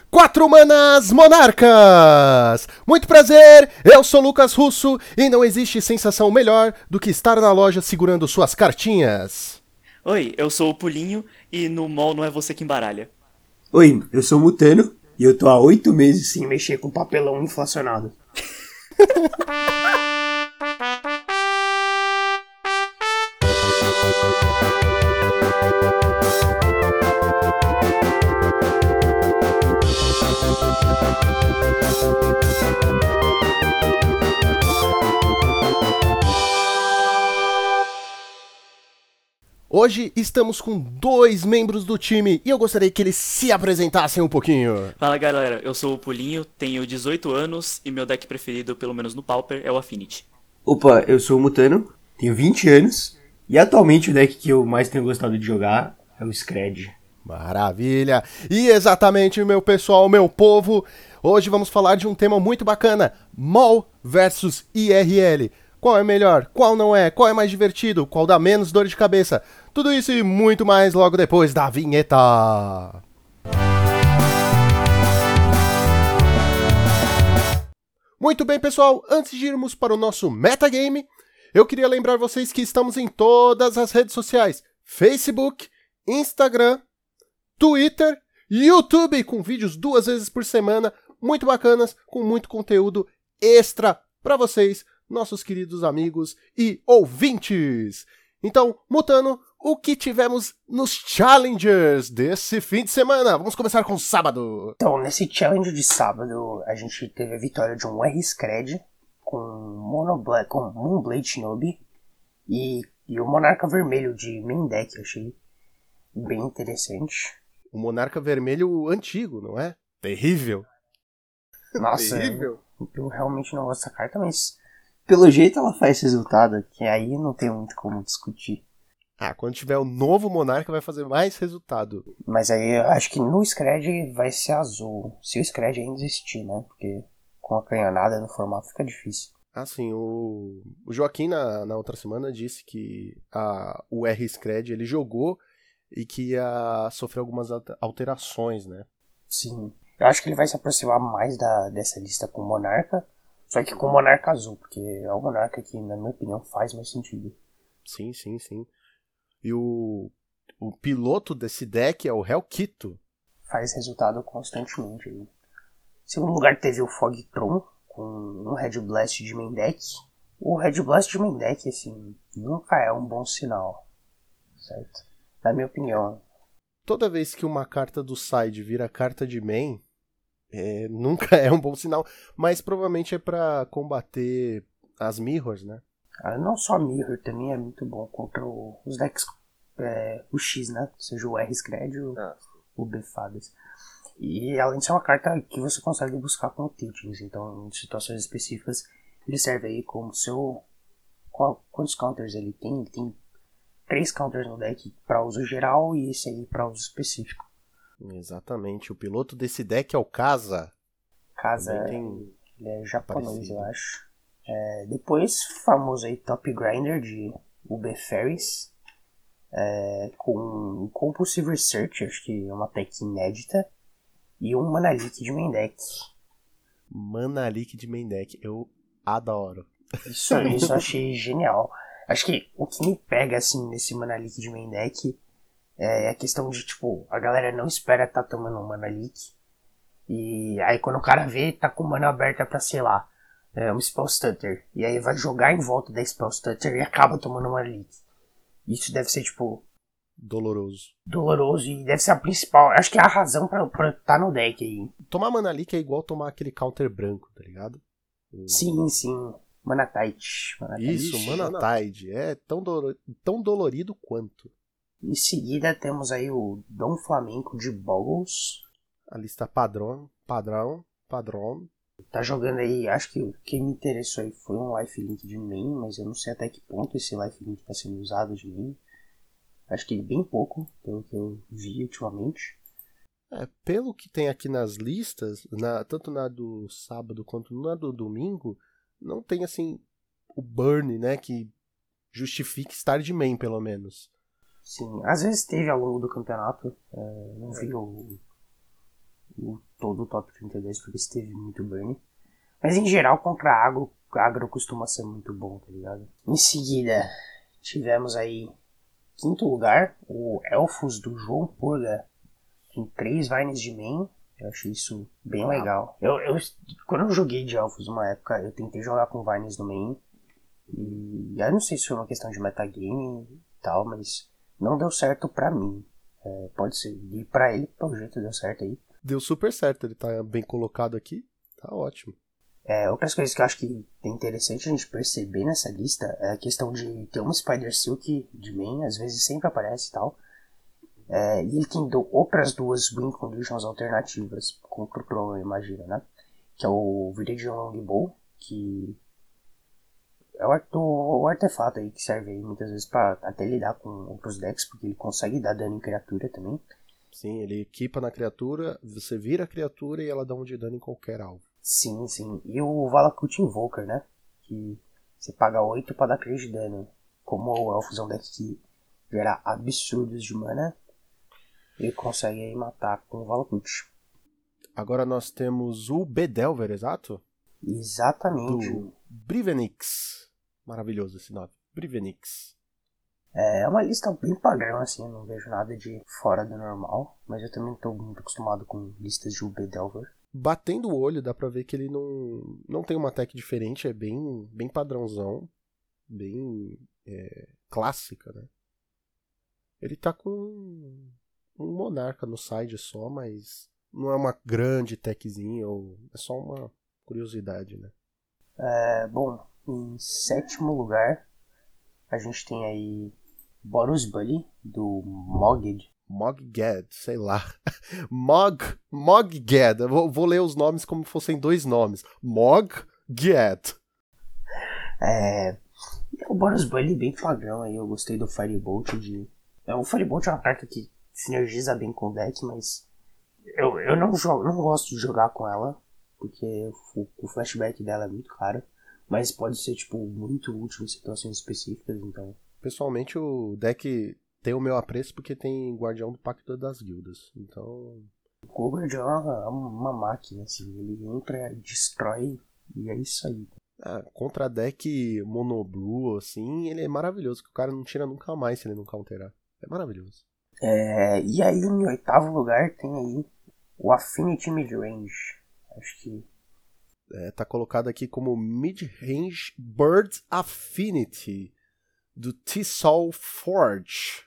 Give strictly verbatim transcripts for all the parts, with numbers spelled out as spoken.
Quatro Manas Monarcas! Muito prazer, eu sou Lucas Russo e não existe sensação melhor do que estar na loja segurando suas cartinhas. Oi, eu sou o Pulinho e no mall não é você que embaralha. Oi, eu sou o Mutano e eu tô há oito meses sem mexer com papelão inflacionado. Hoje estamos com dois membros do time e eu gostaria que eles se apresentassem um pouquinho. Fala galera, eu sou o Pulinho, tenho dezoito anos e meu deck preferido, pelo menos no Pauper, é o Affinity. Opa, eu sou o Mutano, tenho vinte anos e atualmente o deck que eu mais tenho gostado de jogar é o Scred. Maravilha! E exatamente, meu pessoal, meu povo, hoje vamos falar de um tema muito bacana, mol versus I R L. Qual é melhor? Qual não é? Qual é mais divertido? Qual dá menos dor de cabeça? Tudo isso e muito mais logo depois da vinheta. Muito bem, pessoal, antes de irmos para o nosso metagame, eu queria lembrar vocês que estamos em todas as redes sociais, Facebook, Instagram, Twitter, YouTube, com vídeos duas vezes por semana, muito bacanas, com muito conteúdo extra para vocês, nossos queridos amigos e ouvintes. Então, Mutano, o que tivemos nos Challengers desse fim de semana? Vamos começar com sábado. Então, nesse challenge de sábado, a gente teve a vitória de um R-Scred com Mono Black, com Moonblade Shinobi e, e o Monarca Vermelho de main deck, eu achei bem interessante. O Monarca Vermelho antigo, não é? Terrível. Nossa, Terrível. Eu, eu realmente não gosto dessa carta, mas pelo jeito ela faz resultado, que aí não tem muito como discutir. Ah, quando tiver o novo Monarca vai fazer mais resultado. Mas aí eu acho que no Scred vai ser azul. Se o Scred ainda existir, né? Porque com a canhonada no formato fica difícil. Ah, sim. O, o Joaquim na, na outra semana disse que a, o R-Scred ele jogou e que ia sofrer algumas alterações, né? Sim. Eu acho que ele vai se aproximar mais da, dessa lista com o Monarca. Só que com o Monarca azul, porque é o Monarca que, na minha opinião, faz mais sentido. Sim, sim, sim. E o, o piloto desse deck é o Hellkito. Faz resultado constantemente. Em segundo lugar teve o Fogtron, com um Red Blast de main deck. O Red Blast de main deck, assim, nunca é um bom sinal, certo? Na minha opinião. Toda vez que uma carta do side vira carta de main, é, nunca é um bom sinal, mas provavelmente é pra combater as mirrors, né? Ah, não só Mirror, também é muito bom contra o, os decks, é, o X, né? Seja o R-Scred ou ah. o B-Fadas. E além de ser uma carta que você consegue buscar com o Teachings, então em situações específicas ele serve aí como seu... Qual, quantos counters ele tem? Ele tem três counters no deck para uso geral e esse aí para uso específico. Exatamente, o piloto desse deck é o Kaza. Kaza, tem... ele é japonês, aparecido. Eu acho. É, depois, famoso aí Top Grinder de U B Ferries, é, com Compulsive Research, acho que é uma tech inédita, e um Mana Leak de main deck. Mana Leak de main deck, eu adoro. Isso, isso eu achei genial. Acho que o que me pega assim nesse Mana Leak de main deck é a questão de, tipo, a galera não espera estar tá tomando um Mana Leak, e aí quando o cara vê, tá com mana aberta pra, sei lá, é um Spell Stutter, e aí vai jogar em volta da Spell Stutter e acaba tomando uma leak. Isso deve ser, tipo... doloroso. Doloroso, e deve ser a principal... Acho que é a razão pra estar tá no deck aí. Tomar Mana Leak é igual tomar aquele counter branco, tá ligado? O... Sim, sim. Mana Tide. Mana Tide. Isso, Mana Tide. É tão, do... tão dolorido quanto. Em seguida temos aí o Dom Flamenco de Boggles. A lista padrão, padrão, padrão. Tá jogando aí, acho que o que me interessou aí foi um lifelink de main, mas eu não sei até que ponto esse lifelink tá sendo usado de main. Acho que bem pouco, pelo que eu vi ultimamente. É, pelo que tem aqui nas listas, na, tanto na do sábado quanto na do domingo, não tem assim o burn, né, que justifique estar de main, pelo menos. Sim, às vezes teve ao longo do campeonato, é, não vi o, o, todo o top trinta e dois, porque esteve muito burn. Mas em geral, contra agro, agro costuma ser muito bom, tá ligado? Em seguida, tivemos aí, quinto lugar, o Elfos do João Purga, com três Vines de main. Eu achei isso bem legal. Eu, eu, quando eu joguei de Elfos uma época, eu tentei jogar com Vines no main. E eu não sei se foi uma questão de metagame e tal, mas não deu certo pra mim. É, pode ser. E pra ele, pelo jeito, deu certo aí. Deu super certo, ele tá bem colocado aqui. Tá ótimo. É, outras coisas que eu acho que é interessante a gente perceber nessa lista é a questão de ter uma Spider Silk de main, às vezes sempre aparece e tal. É, e ele tem do, outras duas win conditions alternativas contra o Tron, imagina, né? Que é o Viridian Longbow, que é o, art- o artefato aí que serve aí muitas vezes pra até lidar com outros decks, porque ele consegue dar dano em criatura também. Sim, ele equipa na criatura, você vira a criatura e ela dá um de dano em qualquer alvo. Sim, sim. E o Valakut Invoker, né? Que você paga oito pra dar três de dano. Como o Elfos é um deck que gera absurdos de mana, ele consegue aí matar com o Valakut. Agora nós temos o Bedelver, exato? Exatamente. Do Brivenix. Maravilhoso esse nome. Brivenix. É uma lista bem padrão, assim, eu não vejo nada de fora do normal, mas eu também tô muito acostumado com listas de U B Delver. Batendo o olho, dá pra ver que ele não, não tem uma tech diferente, é bem, bem padrãozão, bem é, clássica, né? Ele tá com um Monarca no side só, mas não é uma grande techzinha, ou é só uma curiosidade, né? É, bom, em sétimo lugar, a gente tem aí Boros Bully, do Mogged. Mogged, sei lá. Mog, Mogged. Eu vou, vou ler os nomes como se fossem dois nomes. Mogged. É, o Boros Bully bem padrão aí, eu gostei do Firebolt de... É, o Firebolt é uma carta que sinergiza bem com o deck, mas eu, eu não, jogo, não gosto de jogar com ela, porque o, o flashback dela é muito caro, mas pode ser tipo muito útil em situações específicas, então... Pessoalmente, o deck tem o meu apreço porque tem Guardião do Pacto das Guildas. Então. O Guardião é uma máquina, assim. Ele entra, destrói e é isso aí. Ah, contra deck monoblue, assim, ele é maravilhoso. Que o cara não tira nunca mais se ele não counterar. É maravilhoso. É, e aí, em oitavo lugar, tem aí o Affinity Midrange. Acho que. É, tá colocado aqui como Midrange Bird Affinity. Do T-Sol Forge.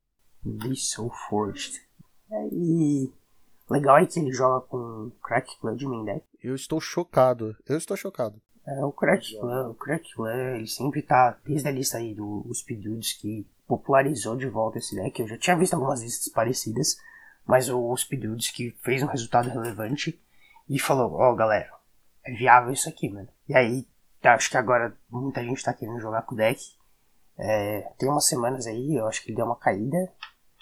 T-Sol Forged. É, e legal é que ele joga com Crack Clan de main deck. Eu estou chocado. Eu estou chocado. É, o Crack Clan, o Crack Clan, ele sempre tá, desde a lista aí dos Speeddudes que popularizou de volta esse deck. Eu já tinha visto algumas listas parecidas, mas o Speeddudes que fez um resultado relevante e falou, ó, oh, galera, é viável isso aqui, mano. E aí, acho que agora muita gente tá querendo jogar com o deck. É, tem umas semanas aí, eu acho que ele deu uma caída,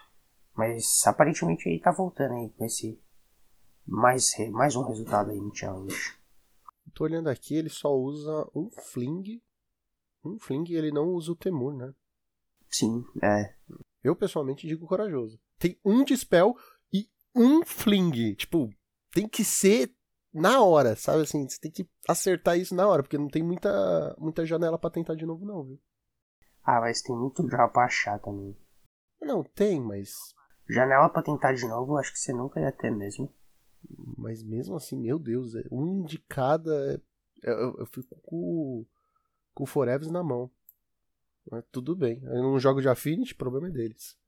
mas aparentemente ele tá voltando aí com esse mais, mais um resultado aí no challenge. Tô olhando aqui, ele só usa um fling, um fling e ele não usa o Temur, né? Sim, é. Eu pessoalmente digo corajoso. Tem um dispel e um fling, tipo, tem que ser na hora, sabe assim, você tem que acertar isso na hora, porque não tem muita, muita janela pra tentar de novo não, viu? Ah, mas tem muito draw pra achar também. Não, tem, mas... Janela pra tentar de novo, acho que você nunca ia ter mesmo. Mas mesmo assim, meu Deus, é um de cada... Eu, eu fico com, com o Forevers na mão. Mas tudo bem, eu não jogo de Affinity, o problema é deles.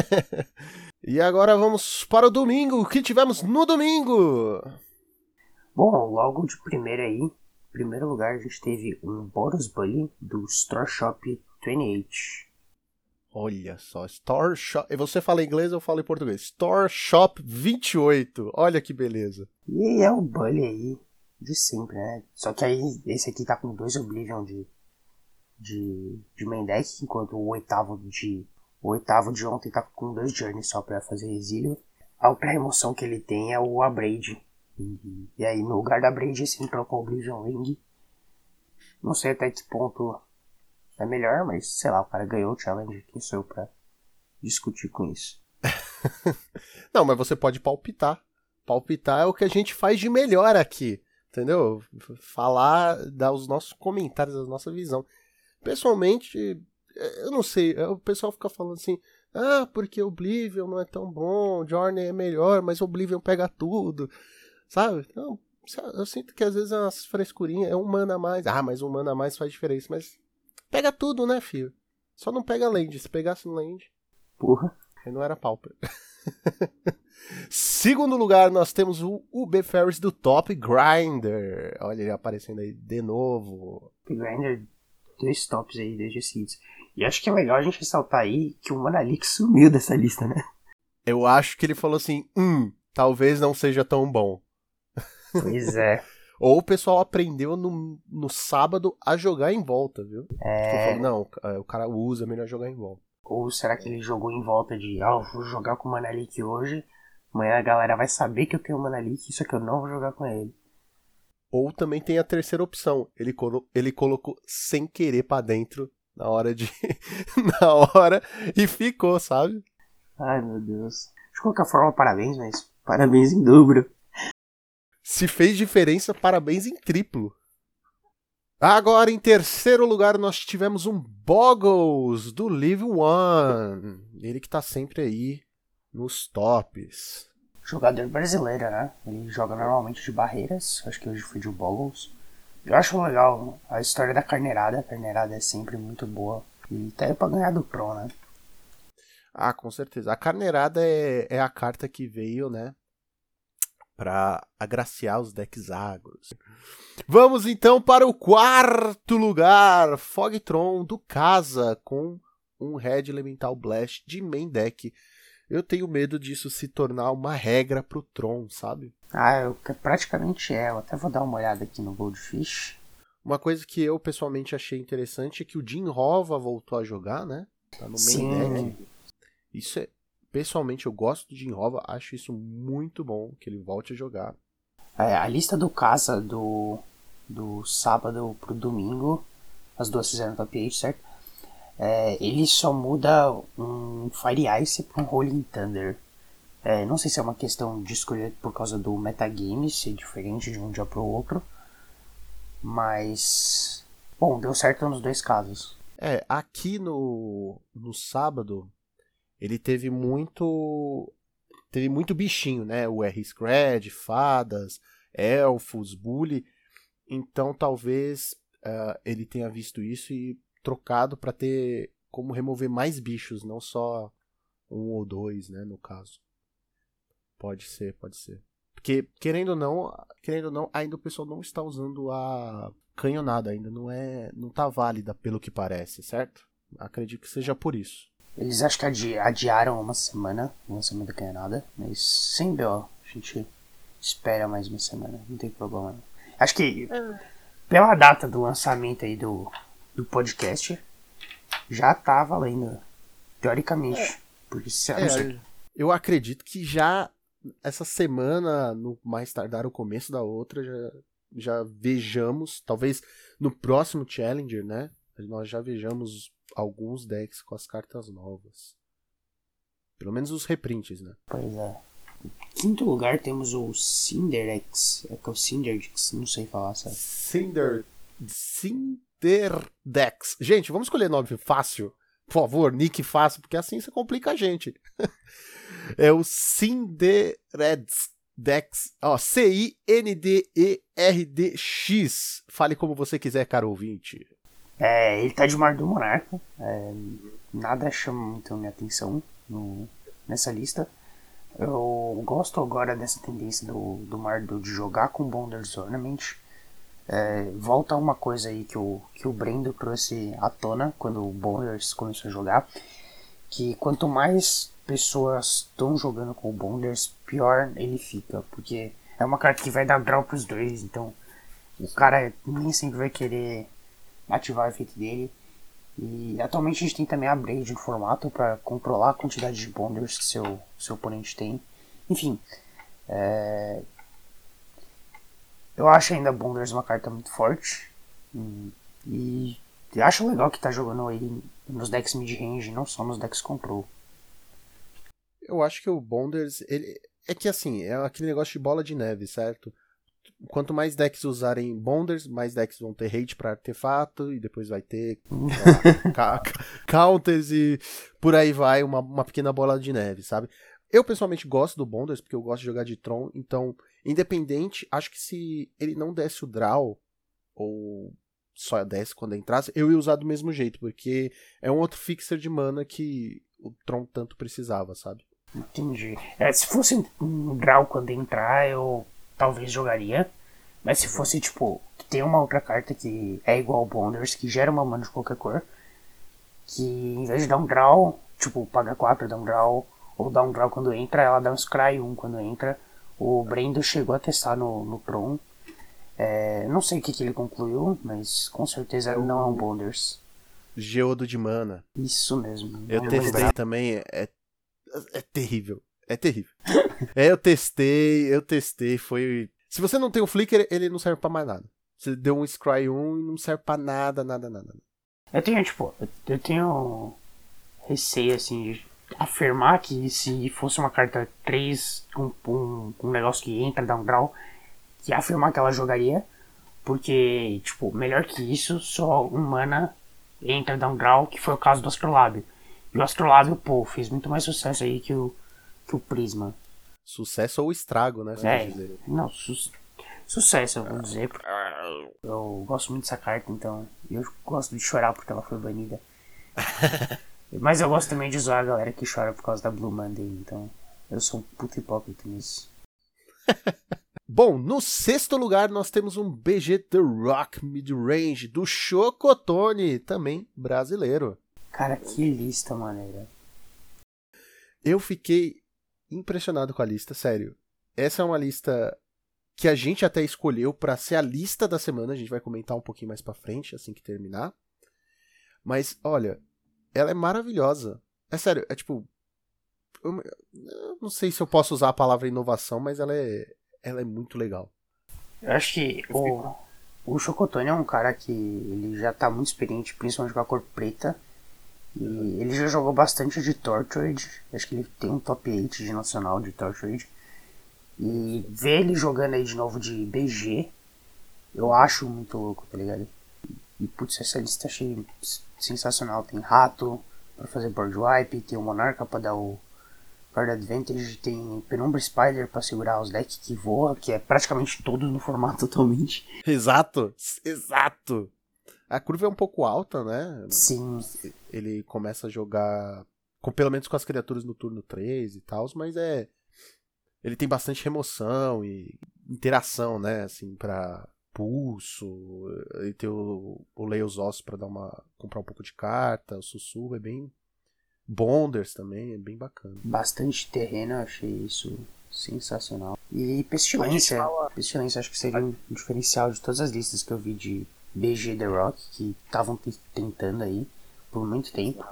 E agora vamos para o domingo, o que tivemos no domingo? Bom, logo de primeira aí, em primeiro lugar a gente teve um Boros Bully do Store Shop vinte e oito. Olha só, Store Shop... Você fala inglês, eu falo em português. Store Shop vinte e oito. Olha que beleza. E é o Bully aí, de sempre, né? Só que aí, esse aqui tá com dois Oblivion de, de, de main deck, enquanto o oitavo de, o oitavo de ontem tá com dois Journey só pra fazer exílio. A outra remoção que ele tem é o Abrade. E, e aí, no lugar da Abrade, você entrou com o Oblivion Ring. Não sei até que ponto... é melhor, mas sei lá, o cara ganhou o challenge, quem sou eu pra discutir com isso? Não, mas você pode palpitar. Palpitar é o que a gente faz de melhor aqui, entendeu? Falar, dar os nossos comentários, a nossa visão. Pessoalmente, eu não sei, o pessoal fica falando assim, ah, porque Oblivion não é tão bom, Journey é melhor, mas Oblivion pega tudo, sabe? Então, eu sinto que às vezes é umas frescurinhas, é um mana a mais, ah, mas um mana a mais faz diferença, mas pega tudo, né, filho? Só não pega Land, se pegasse no Land, porra, aí não era Pauper. Segundo lugar, nós temos o U B Ferris do Top Grinder. Olha ele aparecendo aí de novo. Top Grinder, dois tops aí, dois seguidos. E acho que é legal a gente ressaltar aí que o Manalik sumiu dessa lista, né? Eu acho que ele falou assim, hum, talvez não seja tão bom. Pois é. Ou o pessoal aprendeu no, no sábado a jogar em volta, viu? É... Falou, não, o cara usa, é melhor jogar em volta. Ou será que ele jogou em volta de, ah, eu vou jogar com o Manalik hoje, amanhã a galera vai saber que eu tenho o Manalik, isso aqui eu não vou jogar com ele. Ou também tem a terceira opção, ele, colo- ele colocou sem querer pra dentro na hora de... na hora e ficou, sabe? Ai, meu Deus. De qualquer forma, parabéns, mas parabéns em dobro. Se fez diferença, parabéns em triplo. Agora, em terceiro lugar, nós tivemos um Boggles do Live One. Ele que tá sempre aí nos tops. Jogador brasileiro, né? Ele joga normalmente de barreiras. Acho que hoje foi de Boggles. Eu acho legal a história da carneirada. A carneirada é sempre muito boa. E tá aí pra ganhar do Pro, né? Ah, com certeza. A carneirada é, é a carta que veio, né? Pra agraciar os decks agros. Vamos então para o quarto lugar. Fogtron do Casa com um Red Elemental Blast de main deck. Eu tenho medo disso se tornar uma regra pro Tron, sabe? Ah, eu, praticamente é. Eu até vou dar uma olhada aqui no Goldfish. Uma coisa que eu pessoalmente achei interessante é que o Jin Hova voltou a jogar, né? Tá no main Sim. deck. Isso é... Pessoalmente eu gosto do Jin Hova, acho isso muito bom, que ele volte a jogar. É, a lista do Casa do, do sábado pro domingo, as duas fizeram top oito, certo? É, ele só muda um Fire Ice para um Rolling Thunder. É, não sei se é uma questão de escolher por causa do metagame, se é diferente de um dia pro outro. Mas, bom, deu certo nos dois casos. É, aqui no, no sábado, ele teve muito teve muito bichinho, né? O R-Scred, fadas, elfos, bully. Então talvez uh, ele tenha visto isso e trocado para ter como remover mais bichos, não só um ou dois, né? No caso. Pode ser, pode ser. Porque, querendo ou não, querendo ou não, ainda o pessoal não está usando a canhonada, ainda não é, não tá válida pelo que parece, certo? Acredito que seja por isso. Eles acho que adi- adiaram uma semana o lançamento da canhonada, mas sem B O, a gente espera mais uma semana, não tem problema não. Acho que pela data do lançamento aí do, do podcast, já tá valendo, teoricamente. É. Porque se é, eu acredito que já essa semana, no mais tardar o começo da outra, já, já vejamos, talvez no próximo Challenger, né? Nós já vejamos alguns decks com as cartas novas. Pelo menos os reprints, né? Pois é. Em quinto lugar temos o Cinderex. É que é o Cinderdex, não sei falar, sabe? Cinder... Cinderdex. Gente, vamos escolher nome fácil. Por favor, nick fácil, porque assim você complica a gente. É o Cinderex. Ó, C I N D E R D X. Fale como você quiser, caro ouvinte. É, ele tá de Mar do Monarca. É, nada chama muito a minha atenção no, nessa lista. Eu gosto agora dessa tendência do, do Mardu de jogar com Bonders Ornament. É, volta uma coisa aí que o, que o Brendo trouxe à tona quando o Bonders começou a jogar. Que quanto mais pessoas estão jogando com o Bonders, pior ele fica. Porque é uma carta que vai dar draw pros dois. Então o cara nem sempre vai querer ativar o efeito dele. E atualmente a gente tem também a Braid de formato para controlar a quantidade de Bonders que seu, seu oponente tem. Enfim, é... eu acho ainda Bonders uma carta muito forte. E eu acho legal que tá jogando aí nos decks mid-range, não só nos decks control. Eu acho que o Bonders, ele, é que assim, é aquele negócio de bola de neve, certo? Quanto mais decks usarem Bonders, mais decks vão ter hate pra artefato, e depois vai ter lá, ca- counters e por aí vai, uma, uma pequena bola de neve, sabe? Eu pessoalmente gosto do Bonders, porque eu gosto de jogar de Tron, então, independente, acho que se ele não desse o draw, ou só desse quando entrasse, eu ia usar do mesmo jeito, porque é um outro fixer de mana que o Tron tanto precisava, sabe? Entendi. É, se fosse um draw quando entrar, eu talvez jogaria. Mas se fosse, tipo, que tem uma outra carta que é igual ao Bonders, que gera uma mana de qualquer cor, que em vez de dar um draw, tipo, paga quatro, dá um draw, ou dá um draw quando entra, ela dá um scry um quando entra. O Brendo chegou a testar no, no Tron. É, não sei o que, que ele concluiu, mas com certeza não é um Bonders. Geodo de mana. Isso mesmo. Eu não testei lembrava. também, é, é terrível. É terrível. é, eu testei, eu testei, foi... Se você não tem o Flicker, ele não serve pra mais nada. Você deu um Scry um e não serve pra nada, nada, nada. Eu tenho, tipo, eu- eu tenho receio, assim, de afirmar que se fosse uma carta três com um, um negócio que entra, dá um draw, que afirmar que ela jogaria, porque, tipo, melhor que isso, só um mana entra, dá um draw, que foi o caso do Astrolábio. E o Astrolábio, pô, fez muito mais sucesso aí que o, que o Prisma. Sucesso ou estrago, né? Você É, quer dizer. não, su- sucesso, eu vou dizer, porque eu gosto muito dessa carta, então eu gosto de chorar porque ela foi banida. Mas eu gosto também de zoar a galera que chora por causa da Blue Monday, então eu sou um puto hipócrita nisso. Bom, no sexto lugar nós temos um B G The Rock Midrange do Chocotone, também brasileiro. Cara, que lista maneira. Eu fiquei impressionado com a lista, sério. Essa é uma lista que a gente até escolheu pra ser a lista da semana, a gente vai comentar um pouquinho mais pra frente, assim que terminar. Mas, olha, ela é maravilhosa. É sério, é tipo... Eu, eu não sei se eu posso usar a palavra inovação, mas ela é, ela é muito legal. Eu acho que o, o Chocotone é um cara que ele já tá muito experiente, principalmente com a cor preta. E ele já jogou bastante de Tortured. Acho que ele tem um top oito de nacional de Tortured. E ver ele jogando aí de novo de B G, eu acho muito louco, tá ligado? E putz, essa lista achei sensacional. Tem Rato pra fazer board wipe, tem o Monarca pra dar o Card Advantage, tem Penumbra Spider pra segurar os decks que voa, que é praticamente todos no formato atualmente. Exato, exato. A curva é um pouco alta, né? Sim. Ele começa a jogar, com, pelo menos com as criaturas no turno três e tal, mas é... Ele tem bastante remoção e interação, né? Assim, pra pulso, ele tem o, o Leia os Ossos pra dar uma, comprar um pouco de carta, o Sussurro é bem... Bonders também, é bem bacana. Bastante terreno, eu achei isso sensacional. E Pestilência. Pestilência acho que seria um diferencial de todas as listas que eu vi de B G The Rock, que estavam tentando aí por muito tempo.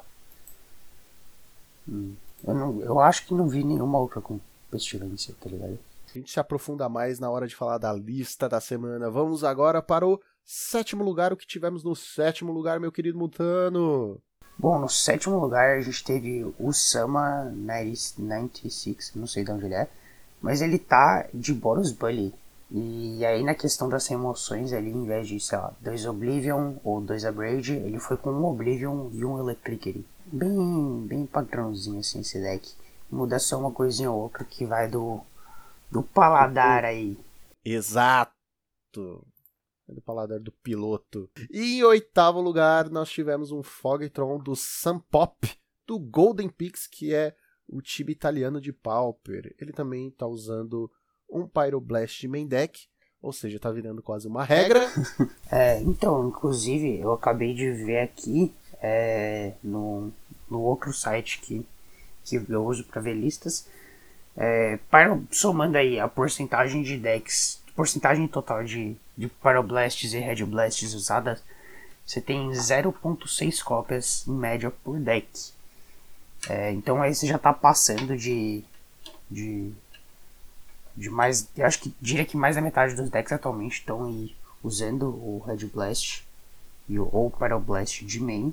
Hum, eu, não, eu acho que não vi nenhuma outra com Pestilência, tá ligado? A gente se aprofunda mais na hora de falar da lista da semana. Vamos agora para o sétimo lugar, o que tivemos no sétimo lugar, meu querido Mutano. Bom, no sétimo lugar a gente teve o Sama noventa e seis, não sei de onde ele é, mas ele tá de Boros Bully. E aí na questão das remoções, ele em vez de, sei lá, dois Oblivion ou dois Abrade, ele foi com um Oblivion e um Electricity. Bem, bem padrãozinho assim esse deck. Muda só uma coisinha ou outra que vai do, do paladar aí. Exato. Do paladar do piloto. E em oitavo lugar, nós tivemos um Fogtron do Sunpop, do Golden Pix, que é o time italiano de Pauper. Ele também está usando um Pyroblast de main deck, ou seja, está virando quase uma regra. É, então, inclusive, eu acabei de ver aqui é, no, no outro site que, que eu uso para ver listas, é, Pyro, somando aí a porcentagem de decks, porcentagem total de, de Pyroblasts e Red Blasts usadas, você tem zero vírgula seis cópias em média por deck. É, então aí você já tá passando de, de, de mais, eu acho que diria que mais da metade dos decks atualmente estão aí usando o Red Blast e o, ou o Pyroblast de main.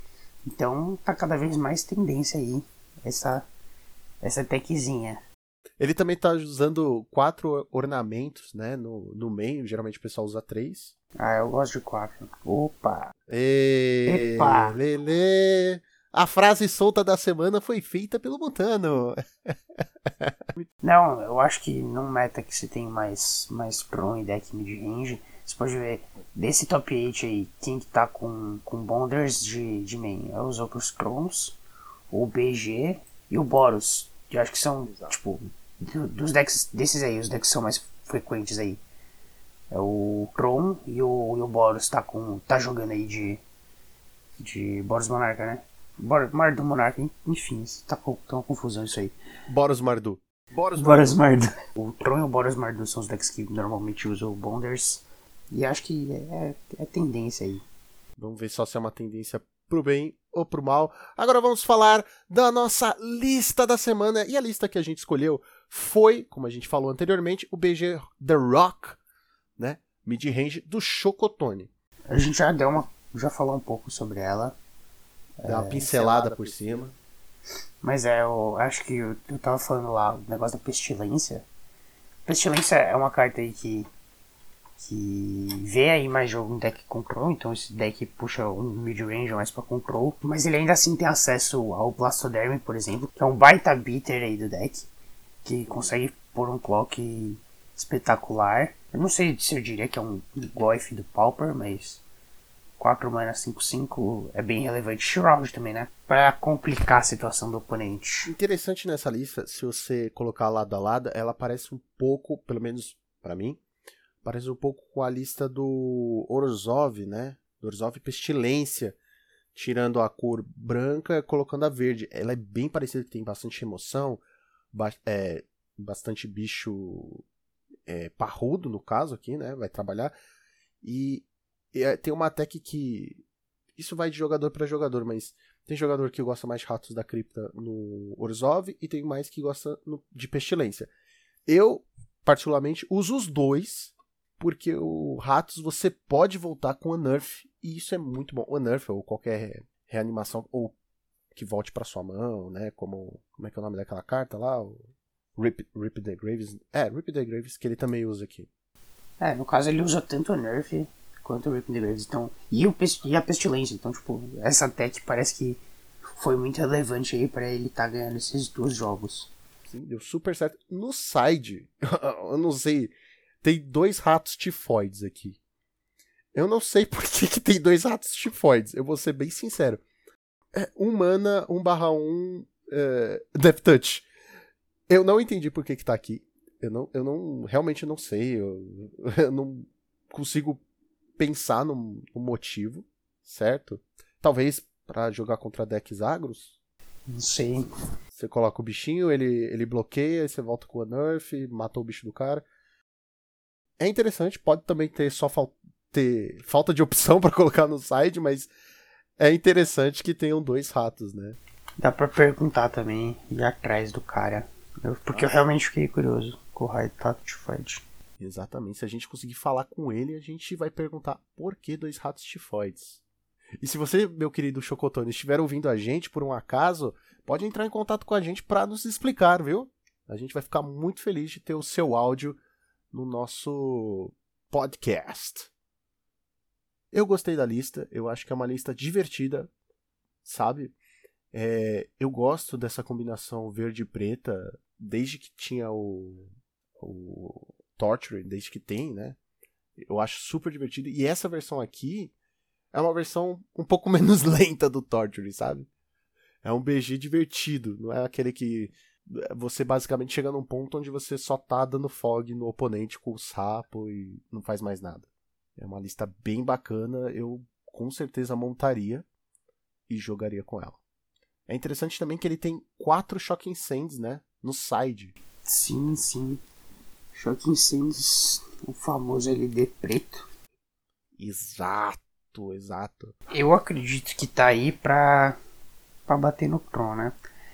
Então tá cada vez mais tendência aí essa, essa techzinha. Ele também tá usando quatro ornamentos, né, no, no meio. Geralmente o pessoal usa três. Ah, eu gosto de quatro. Opa! E... Epa! Lelê! A frase solta da semana foi feita pelo Mutano. Não, eu acho que num meta que você tem mais, mais Tron e deck mid-range, você pode ver, desse top oito aí, quem que tá com, com bonders de, de main? É os outros Trons, o B G e o Boros. Que eu acho que são, tipo, dos decks, desses aí, os decks são mais frequentes aí. É o Tron e o, e o Boros tá, com, tá jogando aí de, de Boros Monarca, né? Mardu Monarca, enfim, tá com tá uma confusão isso aí. Boros Mardu. Boros, Boros Mardu. O Tron e o Boros Mardu são os decks que normalmente usam Bonders. E acho que é, é tendência aí. Vamos ver só se é uma tendência pro bem ou pro mal. Agora vamos falar da nossa lista da semana. E a lista que a gente escolheu foi, como a gente falou anteriormente, o B G The Rock, né? Mid-range do Chocotone. A gente já deu uma, já falou um pouco sobre ela. Dá uma é, pincelada por cima. Mas é, eu acho que eu, eu tava falando lá, o negócio da Pestilência. Pestilência é uma carta aí que que vê aí mais jogo em deck control, então esse deck puxa um mid-range mais pra control, mas ele ainda assim tem acesso ao Blastoderm, por exemplo, que é um baita beater aí do deck, que consegue pôr um clock espetacular. Eu não sei se eu diria que é um Goif do Pauper, mas quatro mana cinco cinco é bem relevante. Shroud também, né? Pra complicar a situação do oponente. Interessante nessa lista, se você colocar lado a lado, ela parece um pouco, pelo menos pra mim, parece um pouco com a lista do Orzhov, né? Do Orzhov Pestilência, tirando a cor branca e colocando a verde. Ela é bem parecida, tem bastante emoção, ba é, bastante bicho é, parrudo, no caso aqui, né? Vai trabalhar. E tem uma tech que... Isso vai de jogador para jogador, mas tem jogador que gosta mais de Ratos da Cripta no Orzhov e tem mais que gosta no, de Pestilência. Eu, particularmente, uso os dois, porque o Ratos você pode voltar com a Nerf, e isso é muito bom. O Nerf ou qualquer reanimação, ou que volte para sua mão, né? Como, como é que é o nome daquela carta lá? O Rip, Rip the Graves. É, Rip the Graves, que ele também usa aqui. É, no caso ele usa tanto a Nerf quanto o Rip the Graves, então, e, o, e a Pestilência, então, tipo, essa tech parece que foi muito relevante aí pra ele estar tá ganhando esses dois jogos. Sim, deu super certo. No side, eu não sei, tem dois ratos tifoides aqui. Eu não sei por que, que tem dois ratos tifoides, eu vou ser bem sincero. É um mana, um barra um, é, Death Touch. Eu não entendi por que que tá aqui. Eu não, eu não realmente não sei, eu, eu não consigo pensar no, no motivo, certo? Talvez pra jogar contra decks agros? Não sei. Você coloca o bichinho, ele, ele bloqueia, aí você volta com a Nerf, matou o bicho do cara. É interessante, pode também ter só fal ter falta de opção pra colocar no side, mas é interessante que tenham dois ratos, né? Dá pra perguntar também, ir atrás do cara. Eu, porque ah. eu realmente fiquei curioso com o Rato Tifoide. Exatamente, se a gente conseguir falar com ele, a gente vai perguntar por que dois ratos tifoides. E se você, meu querido Chocotone, estiver ouvindo a gente por um acaso, pode entrar em contato com a gente para nos explicar, viu? A gente vai ficar muito feliz de ter o seu áudio no nosso podcast. Eu gostei da lista, eu acho que é uma lista divertida, sabe? É, eu gosto dessa combinação verde e preta, desde que tinha o... o Torture, desde que tem, né? Eu acho super divertido. E essa versão aqui é uma versão um pouco menos lenta do Torture, sabe? É um B G divertido. Não é aquele que você basicamente chega num ponto onde você só tá dando fog no oponente com o sapo e não faz mais nada. É uma lista bem bacana. Eu com certeza montaria e jogaria com ela. É interessante também que ele tem quatro Shocking Sands, né? No side. Sim, sim. Shocking Sands, o famoso L D preto. Exato, exato. Eu acredito que tá aí pra, pra bater no Tron, né?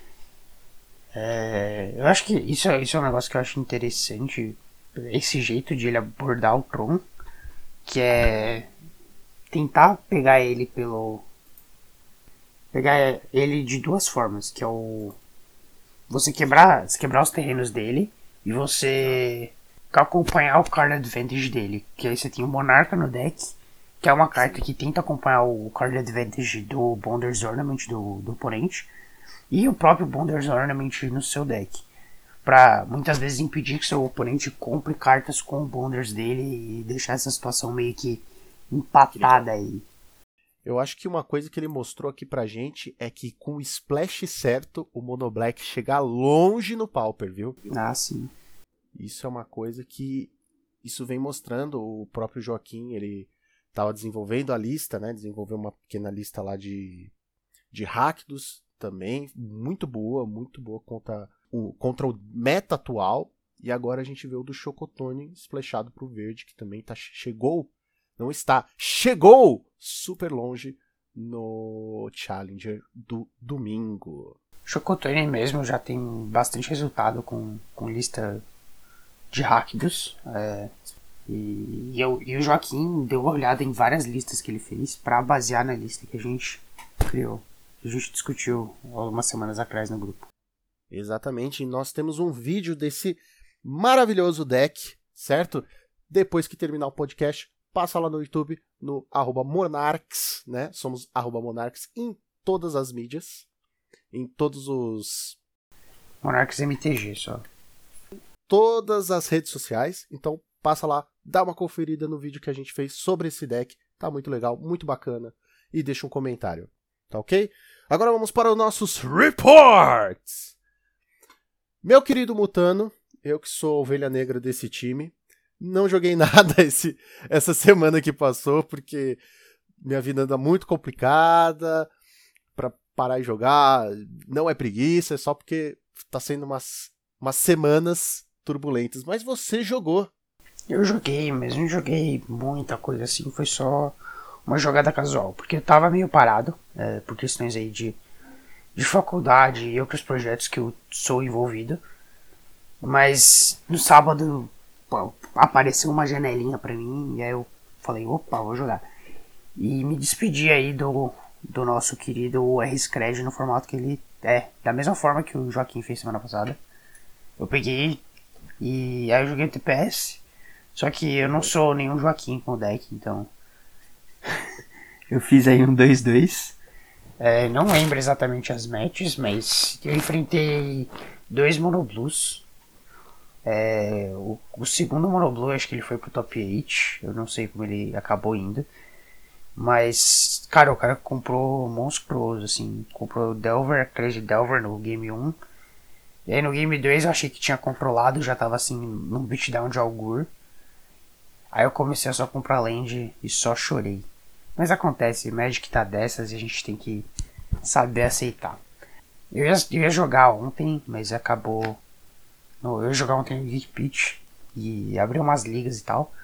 É, eu acho que isso, isso é um negócio que eu acho interessante. Esse jeito de ele abordar o Tron, que é tentar pegar ele pelo... Pegar ele de duas formas, que é o... você quebrar, você quebrar os terrenos dele e você acompanhar o card advantage dele. Que aí você tem o Monarca no deck, que é uma carta que tenta acompanhar o card advantage do Bonders Ornament do, do oponente e o próprio Bonders Ornament no seu deck, pra muitas vezes impedir que seu oponente compre cartas com Bonders dele e deixar essa situação meio que empatada aí. Eu acho que uma coisa que ele mostrou aqui pra gente é que com o splash certo, o Mono Black chega longe no Pauper, viu? Ah, sim. Isso é uma coisa que... Isso vem mostrando, o próprio Joaquim, ele estava desenvolvendo a lista, né? Desenvolveu uma pequena lista lá de, de Rakdos também, muito boa, muito boa contra o, contra o meta atual. E agora a gente vê o do Chocotone splashado pro verde, que também tá, chegou, não está, chegou super longe no Challenger do domingo. Chocotone mesmo já tem bastante resultado com, com lista de Rakdos. É, e, e, eu, e o Joaquim deu uma olhada em várias listas que ele fez para basear na lista que a gente criou. Que a gente discutiu algumas semanas atrás no grupo. Exatamente, e nós temos um vídeo desse maravilhoso deck, certo? Depois que terminar o podcast, passa lá no YouTube, no arroba Monarks, né? Somos arroba Monarks em todas as mídias, em todos os... Monarks M T G só. Todas as redes sociais, então passa lá, dá uma conferida no vídeo que a gente fez sobre esse deck, tá muito legal, muito bacana, e deixa um comentário, tá ok? Agora vamos para os nossos reports! Meu querido Mutano, eu que sou a ovelha negra desse time, não joguei nada esse, essa semana que passou, porque minha vida anda muito complicada, pra parar e jogar, não é preguiça, é só porque tá sendo umas, umas semanas turbulentas, mas você jogou. Eu joguei, mas não joguei muita coisa assim, foi só uma jogada casual, porque eu tava meio parado, é, por questões aí de, de faculdade e outros projetos que eu sou envolvido, mas no sábado pô, apareceu uma janelinha pra mim, e aí eu falei, opa, vou jogar. E me despedi aí do, do nosso querido R-Scred no formato que ele é, da mesma forma que o Joaquim fez semana passada. Eu peguei e aí eu joguei o T P S, só que eu não sou nenhum Joaquim com o deck, então eu fiz aí um dois dois. É, não lembro exatamente as matches, mas eu enfrentei dois Monoblues. É, o, o segundo Monoblue, acho que ele foi pro top oito, eu não sei como ele acabou indo. Mas, cara, o cara comprou monstruoso, assim, comprou Delver, Crazy Delver no game um. E aí no game dois eu achei que tinha controlado, já tava assim, num beatdown de Augur. Aí eu comecei a só comprar land e só chorei. Mas acontece, Magic tá dessas e a gente tem que saber aceitar. Eu ia, eu ia jogar ontem, mas acabou... Não, eu ia jogar ontem no Geek Pitch e abrir umas ligas e tal.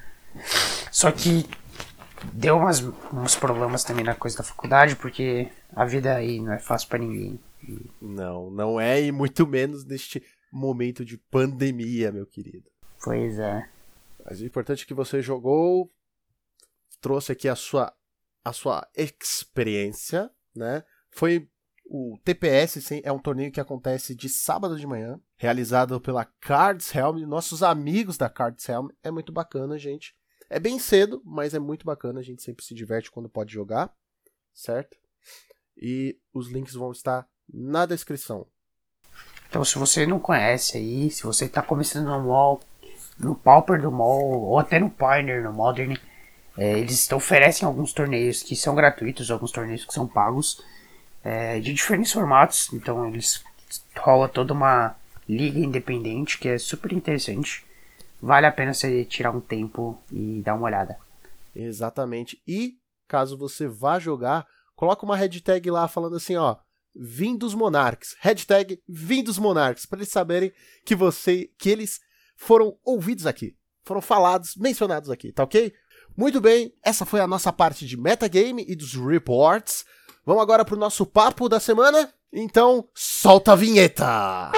Só que deu umas, uns problemas também na coisa da faculdade, porque a vida aí não é fácil pra ninguém. E... Não, não é, e muito menos neste momento de pandemia, meu querido. Pois é. Mas o importante é que você jogou, trouxe aqui a sua, a sua experiência, né? Foi o T P S, é um torneio que acontece de sábado de manhã, realizado pela Cards Helm, nossos amigos da Cards Helm. É muito bacana, gente. É bem cedo, mas é muito bacana, a gente sempre se diverte quando pode jogar, certo? E os links vão estar na descrição. Então, se você não conhece aí, se você tá começando no mall, no Pauper do mall, ou até no Pioneer, no Modern, é, eles oferecem alguns torneios que são gratuitos, alguns torneios que são pagos, é, de diferentes formatos. Então, eles rola toda uma liga independente que é super interessante. Vale a pena você tirar um tempo e dar uma olhada. Exatamente. E, caso você vá jogar, coloca uma hashtag lá falando assim, ó, Vim dos Monarks. Hashtag Vim dos Monarks, para eles saberem que você, que eles foram ouvidos aqui. Foram falados, mencionados aqui, tá ok? Muito bem, essa foi a nossa parte de metagame e dos reports. Vamos agora pro nosso papo da semana? Então, solta a vinheta!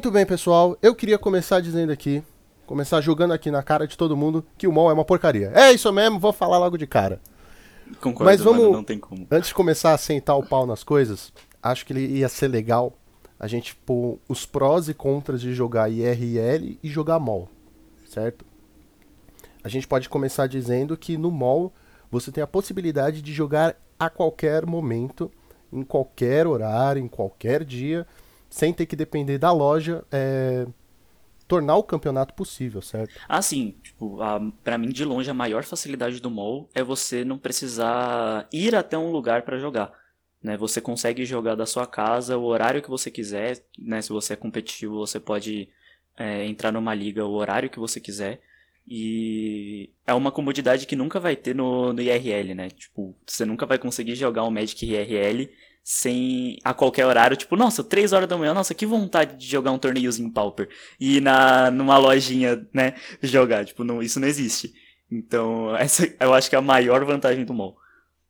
Muito bem, pessoal. Eu queria começar dizendo aqui, começar jogando aqui na cara de todo mundo que o mall é uma porcaria. É isso mesmo, vou falar logo de cara. Concordo, Mas vamos, mano, não tem como. Antes de começar a sentar o pau nas coisas, acho que ia ser legal a gente pôr os prós e contras de jogar I R L e jogar mall, certo? A gente pode começar dizendo que no mall você tem a possibilidade de jogar a qualquer momento, em qualquer horário, em qualquer dia, sem ter que depender da loja, é, tornar o campeonato possível, certo? Ah, sim. Tipo, a, pra mim, de longe, a maior facilidade do mall é você não precisar ir até um lugar pra jogar. Né? Você consegue jogar da sua casa o horário que você quiser. Né? Se você é competitivo, você pode é, entrar numa liga o horário que você quiser. E é uma comodidade que nunca vai ter no, no I R L, né? Tipo, você nunca vai conseguir jogar um Magic I R L sem a qualquer horário. Tipo, nossa, três horas da manhã, nossa, que vontade de jogar um torneiozinho Pauper. E ir na, numa lojinha, né, jogar. Tipo, não, isso não existe. Então, essa eu acho que é a maior vantagem do mall.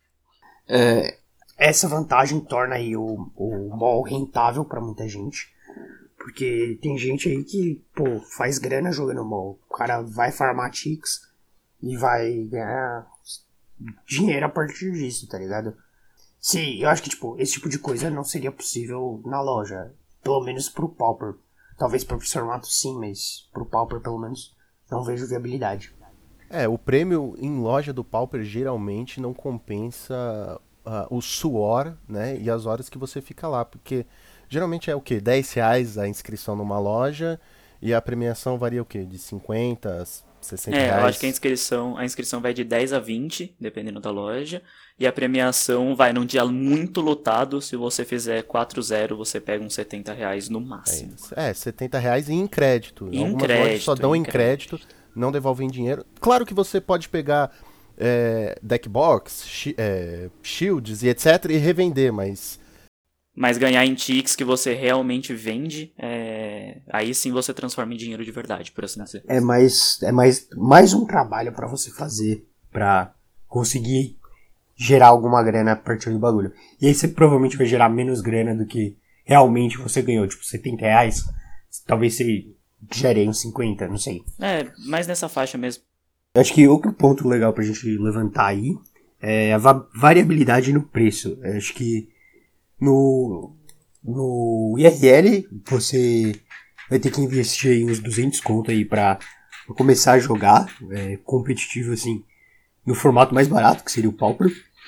É, essa vantagem torna aí o, o mall rentável pra muita gente. Porque tem gente aí que, pô, faz grana jogando mall. O cara vai farmar ticks e vai ganhar dinheiro a partir disso, tá ligado? Sim, eu acho que, tipo, esse tipo de coisa não seria possível na loja. Pelo menos pro Pauper. Talvez pro formato sim, mas pro Pauper, pelo menos, não vejo viabilidade. É, o prêmio em loja do Pauper geralmente não compensa uh, o suor, né, e as horas que você fica lá, porque geralmente é o quê? dez reais a inscrição numa loja e a premiação varia o quê? De cinquenta, sessenta É, reais? eu acho que a inscrição, a inscrição vai de dez a vinte, dependendo da loja. E a premiação vai num dia muito lotado. Se você fizer quatro zero, você pega uns setenta reais no máximo. É, é setenta reais em crédito. Em Algumas crédito, lojas só dão em em crédito, crédito, não devolvem dinheiro. Claro que você pode pegar é, deckbox, shi, é, shields e etcétera e revender, mas... Mas ganhar em ticks que você realmente vende, é... aí sim você transforma em dinheiro de verdade, por assim dizer. É mais, é mais, mais um trabalho pra você fazer, pra conseguir gerar alguma grana a partir do bagulho. E aí você provavelmente vai gerar menos grana do que realmente você ganhou. Tipo, setenta reais, talvez você gere uns cinquenta, não sei. É, mais nessa faixa mesmo. Eu acho que outro ponto legal pra gente levantar aí é a va- variabilidade no preço. Eu acho que No, no I R L, você vai ter que investir aí uns duzentos conto aí pra começar a jogar é, competitivo, assim, no formato mais barato, que seria o Pauper.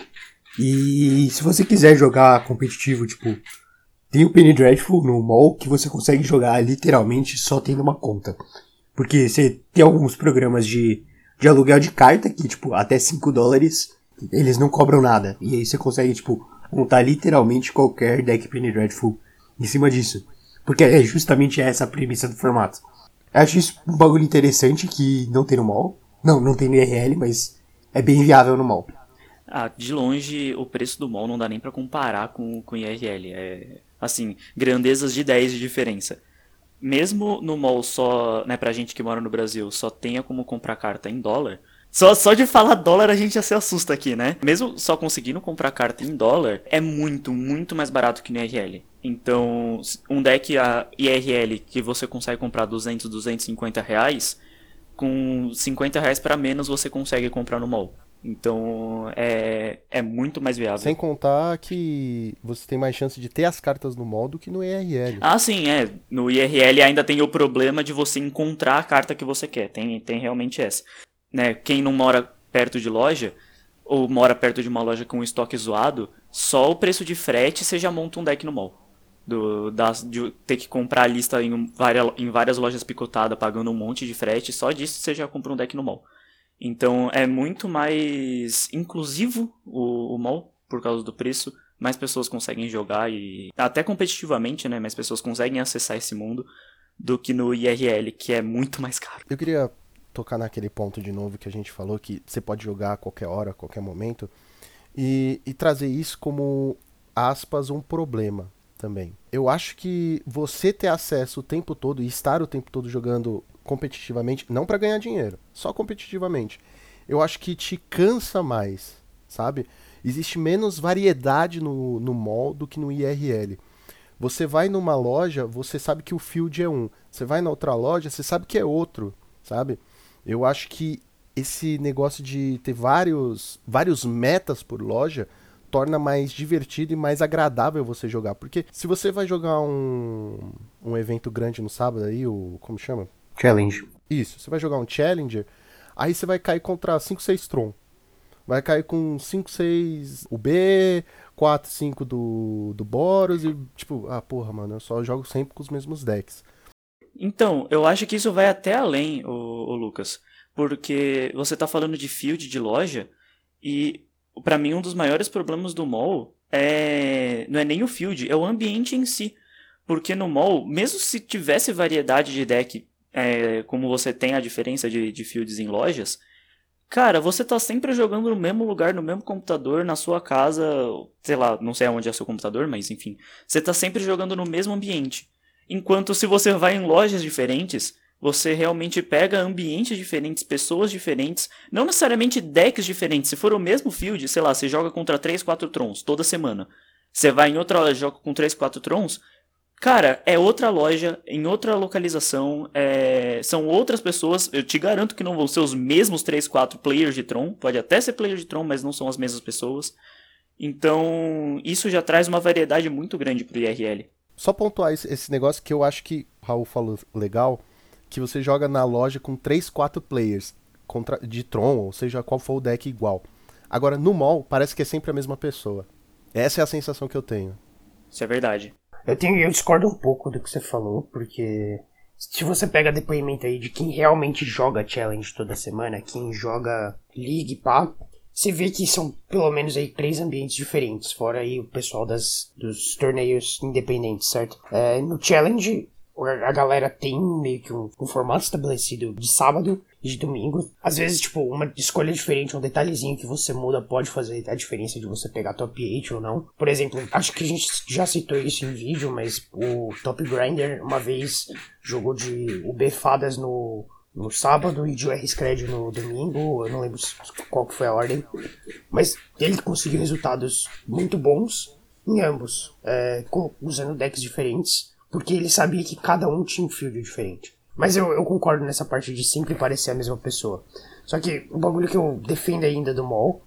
E se você quiser jogar competitivo, tipo, tem o Penny Dreadful no mall, que você consegue jogar literalmente só tendo uma conta. Porque você tem alguns programas de, de aluguel de carta que, tipo, até cinco dólares, eles não cobram nada. E aí você consegue, tipo, montar literalmente qualquer deck Penny Dreadful em cima disso. Porque é justamente essa a premissa do formato. Eu acho isso um bagulho interessante que não tem no mall. Não, não tem no I R L, mas é bem viável no mall. Ah, de longe, o preço do mall não dá nem pra comparar com o I R L. É, assim, grandezas de dez de diferença. Mesmo no mall só, né, pra gente que mora no Brasil, só tenha como comprar carta em dólar... Só, só de falar dólar a gente já se assusta aqui, né? Mesmo só conseguindo comprar carta em dólar, é muito, muito mais barato que no I R L. Então, um deck a I R L que você consegue comprar duzentos, duzentos e cinquenta reais, com cinquenta reais para menos você consegue comprar no mall. Então, é, é muito mais viável. Sem contar que você tem mais chance de ter as cartas no mall do que no I R L. Ah, sim, é. No I R L ainda tem o problema de você encontrar a carta que você quer. Tem, tem realmente essa. Né, quem não mora perto de loja, ou mora perto de uma loja com um estoque zoado, só o preço de frete você já monta um deck no mall. Do, da, de ter que comprar a lista em várias, em várias lojas picotadas, pagando um monte de frete, só disso você já compra um deck no mall. Então é muito mais inclusivo o, o mall, por causa do preço. Mais pessoas conseguem jogar e até competitivamente, né, mais pessoas conseguem acessar esse mundo do que no I R L, que é muito mais caro. Eu queria tocar naquele ponto de novo que a gente falou, que você pode jogar a qualquer hora, a qualquer momento, e, e trazer isso como, aspas, um problema também. Eu acho que você ter acesso o tempo todo e estar o tempo todo jogando competitivamente, não para ganhar dinheiro, só competitivamente, eu acho que te cansa mais, sabe? Existe menos variedade no, no mall do que no I R L. Você vai numa loja, você sabe que o field é um. Você vai na outra loja, você sabe que é outro, sabe? Eu acho que esse negócio de ter vários, vários metas por loja torna mais divertido e mais agradável você jogar. Porque se você vai jogar um, um evento grande no sábado aí, o... como chama? Challenge. Isso, você vai jogar um Challenger, aí você vai cair contra cinco, seis Tron. Vai cair com cinco, seis U B, quatro, cinco do, do Boros e tipo, ah, porra, mano, eu só jogo sempre com os mesmos decks. Então, eu acho que isso vai até além, o, o Lucas. Porque você tá falando de field de loja e, pra mim, um dos maiores problemas do mall é... não é nem o field, é o ambiente em si. Porque no mall, mesmo se tivesse variedade de deck, é, como você tem a diferença de, de fields em lojas, cara, você tá sempre jogando no mesmo lugar, no mesmo computador, na sua casa, sei lá, não sei aonde é seu computador, mas enfim. Você tá sempre jogando no mesmo ambiente. Enquanto se você vai em lojas diferentes, você realmente pega ambientes diferentes, pessoas diferentes, não necessariamente decks diferentes. Se for o mesmo field, sei lá, você joga contra três, quatro Trons toda semana. Você vai em outra loja e joga com três, quatro Trons, cara, é outra loja, em outra localização, é... são outras pessoas. Eu te garanto que não vão ser os mesmos três, quatro players de Tron. Pode até ser player de Tron, mas não são as mesmas pessoas. Então, isso já traz uma variedade muito grande pro I R L. Só pontuar esse, esse negócio que eu acho que o Raul falou legal, que você joga na loja com três, quatro players contra, de Tron, ou seja, qual for o deck igual. Agora, no mall, parece que é sempre a mesma pessoa. Essa é a sensação que eu tenho. Isso é verdade. Eu, tenho, eu discordo um pouco do que você falou, porque se você pega depoimento aí de quem realmente joga Challenge toda semana, quem joga League, pá, você vê que são pelo menos aí três ambientes diferentes, fora aí o pessoal das, dos torneios independentes, certo? É, no Challenge, a galera tem meio que um, um formato estabelecido de sábado e de domingo. Às vezes, tipo, uma escolha diferente, um detalhezinho que você muda pode fazer a diferença de você pegar top oito ou não. Por exemplo, acho que a gente já citou isso em vídeo, mas o Top Grinder uma vez jogou de U B Fadas no... no sábado e de R Scred no domingo, eu não lembro qual que foi a ordem, mas ele conseguiu resultados muito bons em ambos, é, usando decks diferentes, porque ele sabia que cada um tinha um field diferente. Mas eu, eu concordo nessa parte de sempre parecer a mesma pessoa. Só que o bagulho que eu defendo ainda do mall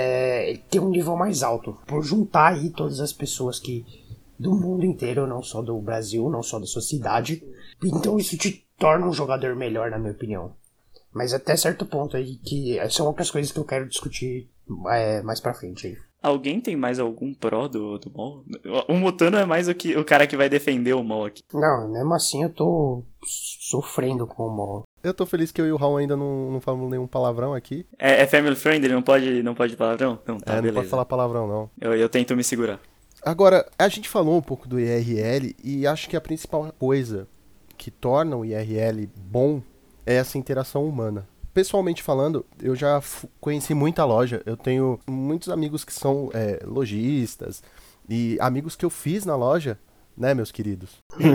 é ter um nível mais alto, por juntar aí todas as pessoas que do mundo inteiro, não só do Brasil, não só da sua cidade. Então isso te torna um jogador melhor, na minha opinião. Mas até certo ponto aí, que são outras coisas que eu quero discutir é, mais pra frente aí. Alguém tem mais algum pró do, do mall? O Mutano é mais o, que, o cara que vai defender o mall aqui. Não, mesmo assim eu tô sofrendo com o mall. Eu tô feliz que eu e o Raul ainda não, não falamos nenhum palavrão aqui. É, é family friendly, não pode, não pode palavrão? Não, tá, é, não beleza. pode falar palavrão, não. Eu, eu tento me segurar. Agora, a gente falou um pouco do I R L e acho que a principal coisa que torna o I R L bom é essa interação humana. Pessoalmente falando, eu já f- conheci muita loja, eu tenho muitos amigos que são é, lojistas e amigos que eu fiz na loja, né, meus queridos?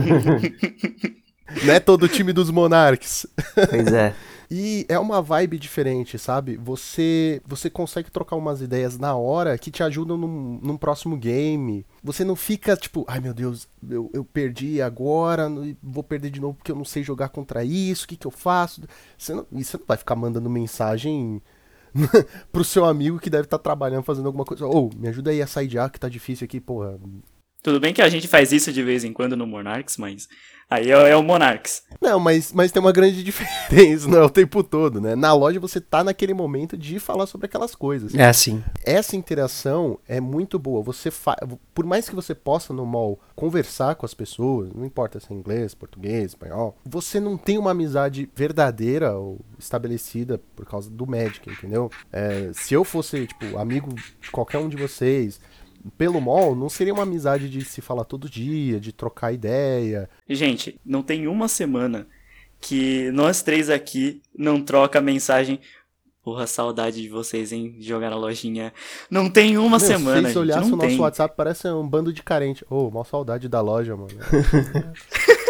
Não é todo o time dos Monarchs. Pois é. E é uma vibe diferente, sabe? Você você consegue trocar umas ideias na hora que te ajudam num, num próximo game. Você não fica tipo, ai meu Deus, eu, eu perdi agora, vou perder de novo porque eu não sei jogar contra isso, o que, que eu faço? Você não, e você não vai ficar mandando mensagem pro seu amigo que deve estar trabalhando, fazendo alguma coisa. Ô, oh, me ajuda aí a sidear que tá difícil aqui, porra. Tudo bem que a gente faz isso de vez em quando no Monarchs, mas aí é, é o Monarchs. Não, mas, mas tem uma grande diferença, não é o tempo todo, né? Na loja você tá naquele momento de falar sobre aquelas coisas. É assim. Essa interação é muito boa. Você fa... Por mais que você possa no mall conversar com as pessoas, não importa se é inglês, português, espanhol, você não tem uma amizade verdadeira ou estabelecida por causa do Magic, entendeu? É, se eu fosse, tipo, amigo de qualquer um de vocês... Pelo mall, não seria uma amizade de se falar todo dia, de trocar ideia. Gente, não tem uma semana que nós três aqui não troca mensagem. Porra, saudade de vocês, hein? De jogar na lojinha. Não tem uma Meu, semana, se você olhar gente, não o nosso tem. WhatsApp, parece um bando de carente. Ô, oh, mal saudade da loja, mano.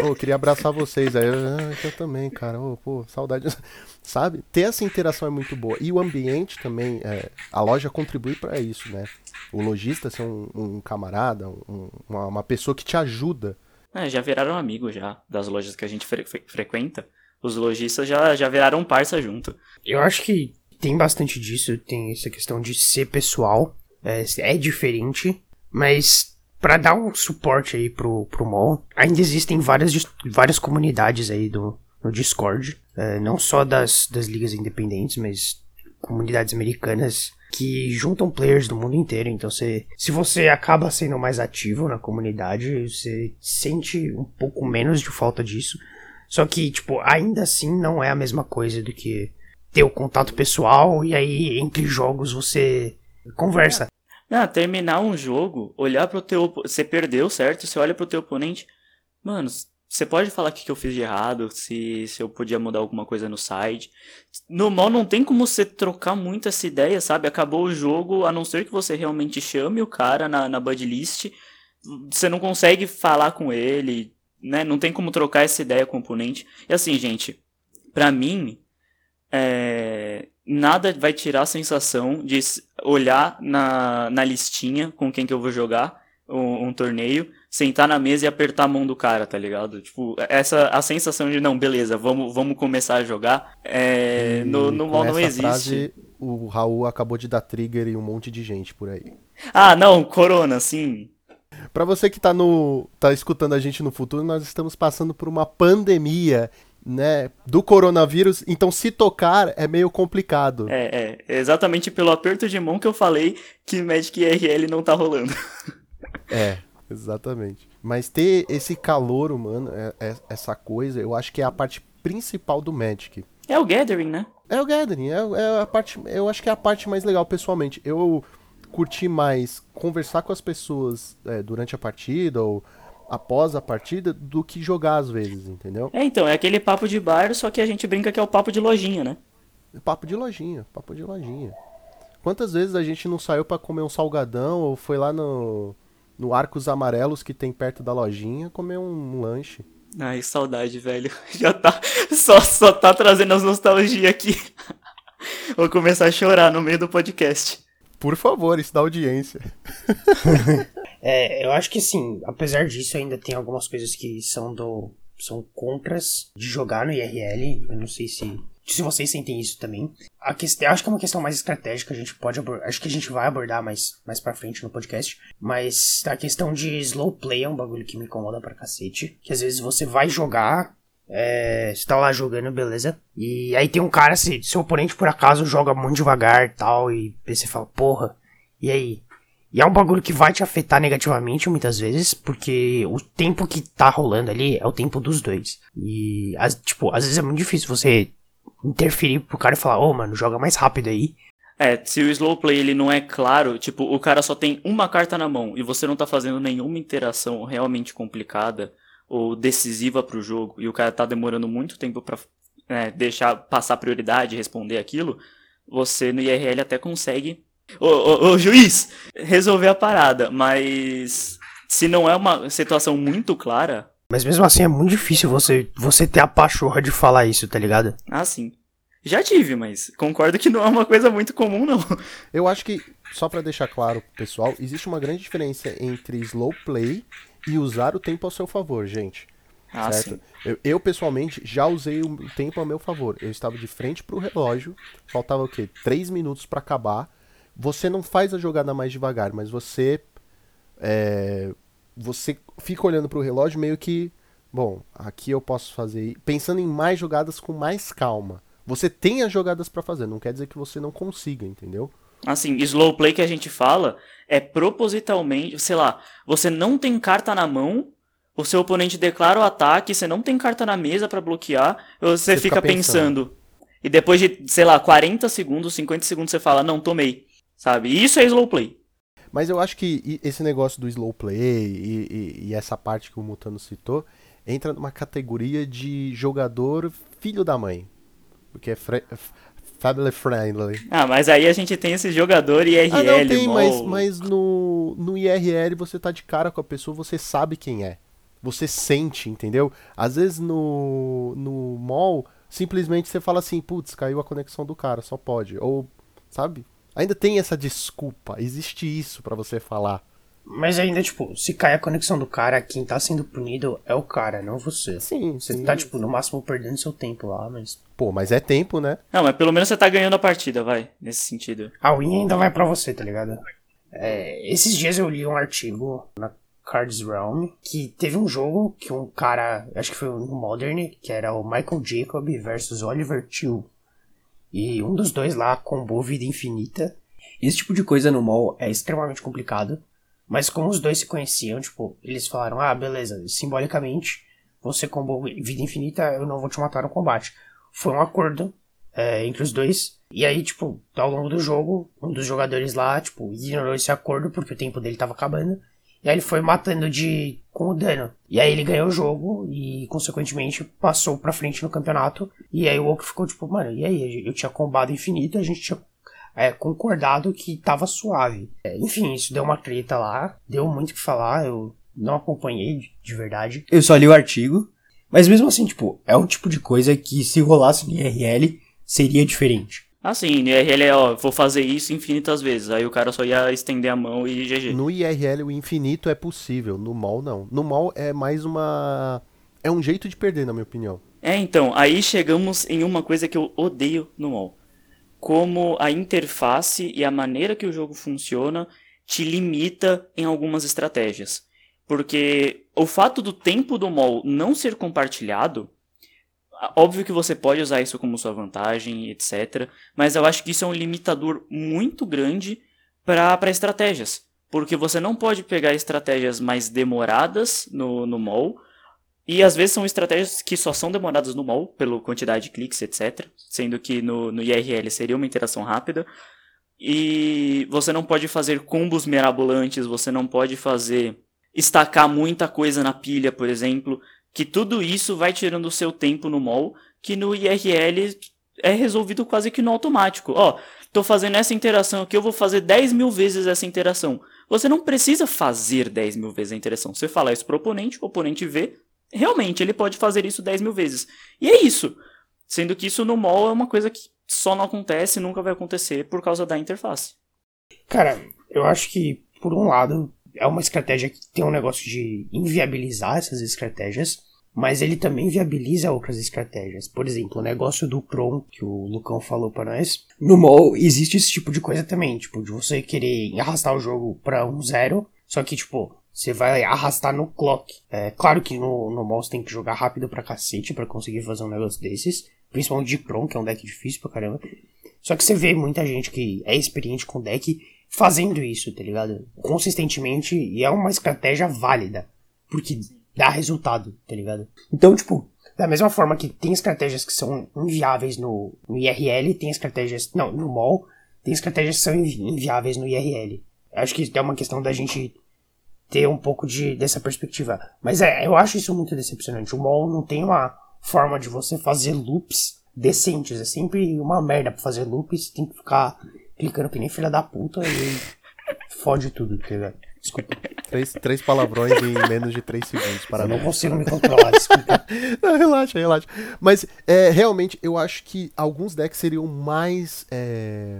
Pô, eu queria abraçar vocês. Aí eu, ah, eu também, cara. Oh, pô, saudade. Sabe? Ter essa interação é muito boa. E o ambiente também, é, a loja contribui pra isso, né? O lojista ser um, um camarada, um, uma, uma pessoa que te ajuda. É, já viraram amigos já, das lojas que a gente fre- fre- frequenta. Os lojistas já, já viraram parça junto. Eu acho que tem bastante disso, tem essa questão de ser pessoal, é, é diferente, mas pra dar um suporte aí pro, pro mall, ainda existem várias, dis- várias comunidades aí do, no Discord, é, não só das, das ligas independentes, mas comunidades americanas que juntam players do mundo inteiro, então você, se você acaba sendo mais ativo na comunidade, você sente um pouco menos de falta disso, só que, tipo, ainda assim não é a mesma coisa do que ter o contato pessoal e aí entre jogos você conversa. Ah, terminar um jogo, olhar pro teu... opo- Você perdeu, certo? Você olha pro teu oponente. Mano, você pode falar o que que eu fiz de errado, se, se eu podia mudar alguma coisa no site. No mall não tem como você trocar muito essa ideia, sabe? Acabou o jogo, a não ser que você realmente chame o cara na, na bud list. Você não consegue falar com ele, né? Não tem como trocar essa ideia com o oponente. E assim, gente, pra mim... É, nada vai tirar a sensação de s- olhar na, na listinha com quem que eu vou jogar um, um torneio, sentar na mesa e apertar a mão do cara, tá ligado? Tipo, essa a sensação de, não, beleza, vamos, vamos começar a jogar, é, no, no E mall com não essa existe. frase, o Raul acabou de dar trigger em um monte de gente por aí. Ah, não, Corona, sim. Pra você que tá, no, tá escutando a gente no futuro, nós estamos passando por uma pandemia, né, do coronavírus, então se tocar é meio complicado. É, é, exatamente pelo aperto de mão que eu falei que Magic I R L não tá rolando. É, exatamente. Mas ter esse calor humano, é- é- essa coisa, eu acho que é a parte principal do Magic. É o Gathering, né? É o Gathering, é, é a parte, eu acho que é a parte mais legal, pessoalmente. Eu curti mais conversar com as pessoas é, durante a partida ou após a partida do que jogar às vezes, entendeu? É, então, é aquele papo de bar, só que a gente brinca que é o papo de lojinha, né? Papo de lojinha, papo de lojinha. Quantas vezes a gente não saiu pra comer um salgadão ou foi lá no, no Arcos Amarelos que tem perto da lojinha comer um lanche? Ai, saudade, velho. Já tá. Só, só tá trazendo as nostalgias aqui. Vou começar a chorar no meio do podcast. Por favor, isso dá audiência. É, eu acho que assim, apesar disso, ainda tem algumas coisas que são do são contras de jogar no I R L. Eu não sei se se vocês sentem isso também. A questão, eu acho que é uma questão mais estratégica, a gente pode abordar, acho que a gente vai abordar mais mais para frente no podcast, mas a questão de slow play é um bagulho que me incomoda pra cacete, que às vezes você vai jogar, é, você tá lá jogando, beleza, e aí tem um cara, se seu oponente por acaso joga muito devagar e tal, e você fala, porra, e aí? E é um bagulho que vai te afetar negativamente muitas vezes, porque o tempo que tá rolando ali é o tempo dos dois. E, as, tipo, às vezes é muito difícil você interferir pro cara e falar, ô, mano, joga mais rápido aí. É, se o slow play ele não é claro, tipo, o cara só tem uma carta na mão e você não tá fazendo nenhuma interação realmente complicada ou decisiva pro jogo, e o cara tá demorando muito tempo pra é, deixar passar prioridade e responder aquilo, você no I R L até consegue... Ô, ô, ô, juiz, resolver a parada, mas se não é uma situação muito clara... Mas mesmo assim é muito difícil você, você ter a pachorra de falar isso, tá ligado? Ah, sim. Já tive, mas concordo que não é uma coisa muito comum, não. Eu acho que, só pra deixar claro pro pessoal, existe uma grande diferença entre slow play e usar o tempo ao seu favor, gente. Ah, certo? sim. Eu, eu, pessoalmente, já usei o tempo ao meu favor. Eu estava de frente pro relógio, faltava o quê? Três minutos pra acabar. Você não faz a jogada mais devagar, mas você é, você fica olhando pro relógio meio que, bom, aqui eu posso fazer, pensando em mais jogadas com mais calma. Você tem as jogadas pra fazer, não quer dizer que você não consiga, entendeu? Assim, slow play que a gente fala é propositalmente, sei lá, você não tem carta na mão, o seu oponente declara o ataque, você não tem carta na mesa pra bloquear, você, Você fica fica pensando. pensando. E depois de, sei lá, quarenta segundos, cinquenta segundos você fala, não, tomei. Sabe? E isso é slow play. Mas eu acho que esse negócio do slow play e, e, e essa parte que o Mutano citou entra numa categoria de jogador filho da mãe. Porque é fre- family friendly. Ah, mas aí a gente tem esse jogador I R L, Ah, não tem, mol. mas, mas no, no I R L você tá de cara com a pessoa, você sabe quem é. você sente, entendeu? Às vezes no, no mall, simplesmente você fala assim, putz, caiu a conexão do cara, só pode. Ou, sabe? Ainda tem essa desculpa, existe isso pra você falar. Mas ainda, tipo, se cai a conexão do cara, quem tá sendo punido é o cara, não você. Sim, Você sim. tá, tipo, no máximo perdendo seu tempo lá, mas... Pô, mas é tempo, né? Não, mas pelo menos você tá ganhando a partida, vai, nesse sentido. A win ainda vai pra você, tá ligado? É, esses dias eu li um artigo na Cards Realm que teve um jogo que um cara, acho que foi no Modern, que era o Michael Jacob versus Oliver Till. E um dos dois lá combou vida infinita. Esse tipo de coisa no mall é extremamente complicado. Mas como os dois se conheciam, tipo, eles falaram, ah, beleza, simbolicamente, você combou vida infinita, eu não vou te matar no combate. Foi um acordo é, entre os dois. E aí, tipo, ao longo do jogo, um dos jogadores lá, tipo, ignorou esse acordo porque o tempo dele tava acabando. E aí ele foi matando de com o dano. E aí ele ganhou o jogo e, consequentemente, passou pra frente no campeonato. E aí o Oak ficou tipo, mano, e aí? Eu tinha combado infinito, a gente tinha é, concordado que tava suave. É, enfim, isso deu uma treta lá, deu muito o que falar, eu não acompanhei de, de verdade. Eu só li o artigo. Mas mesmo assim, tipo, é um tipo de coisa que se rolasse no I R L, seria diferente. Ah, sim, no I R L é, ó, vou fazer isso infinitas vezes. Aí o cara só ia estender a mão e G G. No I R L o infinito é possível, no mall não. No mall é mais uma... é um jeito de perder, na minha opinião. É, então, aí chegamos em uma coisa que eu odeio no mall. Como a interface e a maneira que o jogo funciona te limita em algumas estratégias. Porque o fato do tempo do mall não ser compartilhado, óbvio que você pode usar isso como sua vantagem, etcétera. Mas eu acho que isso é um limitador muito grande para estratégias. Porque você não pode pegar estratégias mais demoradas no, no mall. E às vezes são estratégias que só são demoradas no mall, pela quantidade de cliques, etcétera. Sendo que no, no I R L seria uma interação rápida. E você não pode fazer combos mirabolantes, você não pode fazer... estacar muita coisa na pilha, por exemplo, que tudo isso vai tirando o seu tempo no mall, que no I R L é resolvido quase que no automático. Ó, tô fazendo essa interação aqui, eu vou fazer dez mil vezes essa interação. Você não precisa fazer dez mil vezes a interação. Você fala isso pro oponente, o oponente vê, realmente ele pode fazer isso dez mil vezes. E é isso. Sendo que isso no mall é uma coisa que só não acontece, nunca vai acontecer por causa da interface. Cara, eu acho que, por um lado... é uma estratégia que tem um negócio de inviabilizar essas estratégias, mas ele também viabiliza outras estratégias. Por exemplo, o negócio do Kron, que o Lucão falou pra nós. No mall existe esse tipo de coisa também, tipo, de você querer arrastar o jogo pra um zero, só que, tipo, você vai arrastar no clock. É claro que no, no mall você tem que jogar rápido pra cacete pra conseguir fazer um negócio desses, principalmente de Kron, que é um deck difícil pra caramba. Só que você vê muita gente que é experiente com deck fazendo isso, tá ligado? Consistentemente, e é uma estratégia válida, porque dá resultado, tá ligado? Então, tipo, da mesma forma que tem estratégias que são inviáveis no, no I R L, tem estratégias... não, no mall, tem estratégias que são invi- inviáveis no I R L. Acho que é uma questão da gente ter um pouco de, dessa perspectiva. Mas é, eu acho isso muito decepcionante. O mall não tem uma forma de você fazer loops decentes. É sempre uma merda pra fazer loops, tem que ficar... clicando que nem filha da puta e fode tudo, tá ligado? Desculpa. Três, três palavrões em menos de três segundos. Para Eu não consigo me controlar, desculpa. Não, relaxa, relaxa. Mas, é, realmente, eu acho que alguns decks seriam mais... É,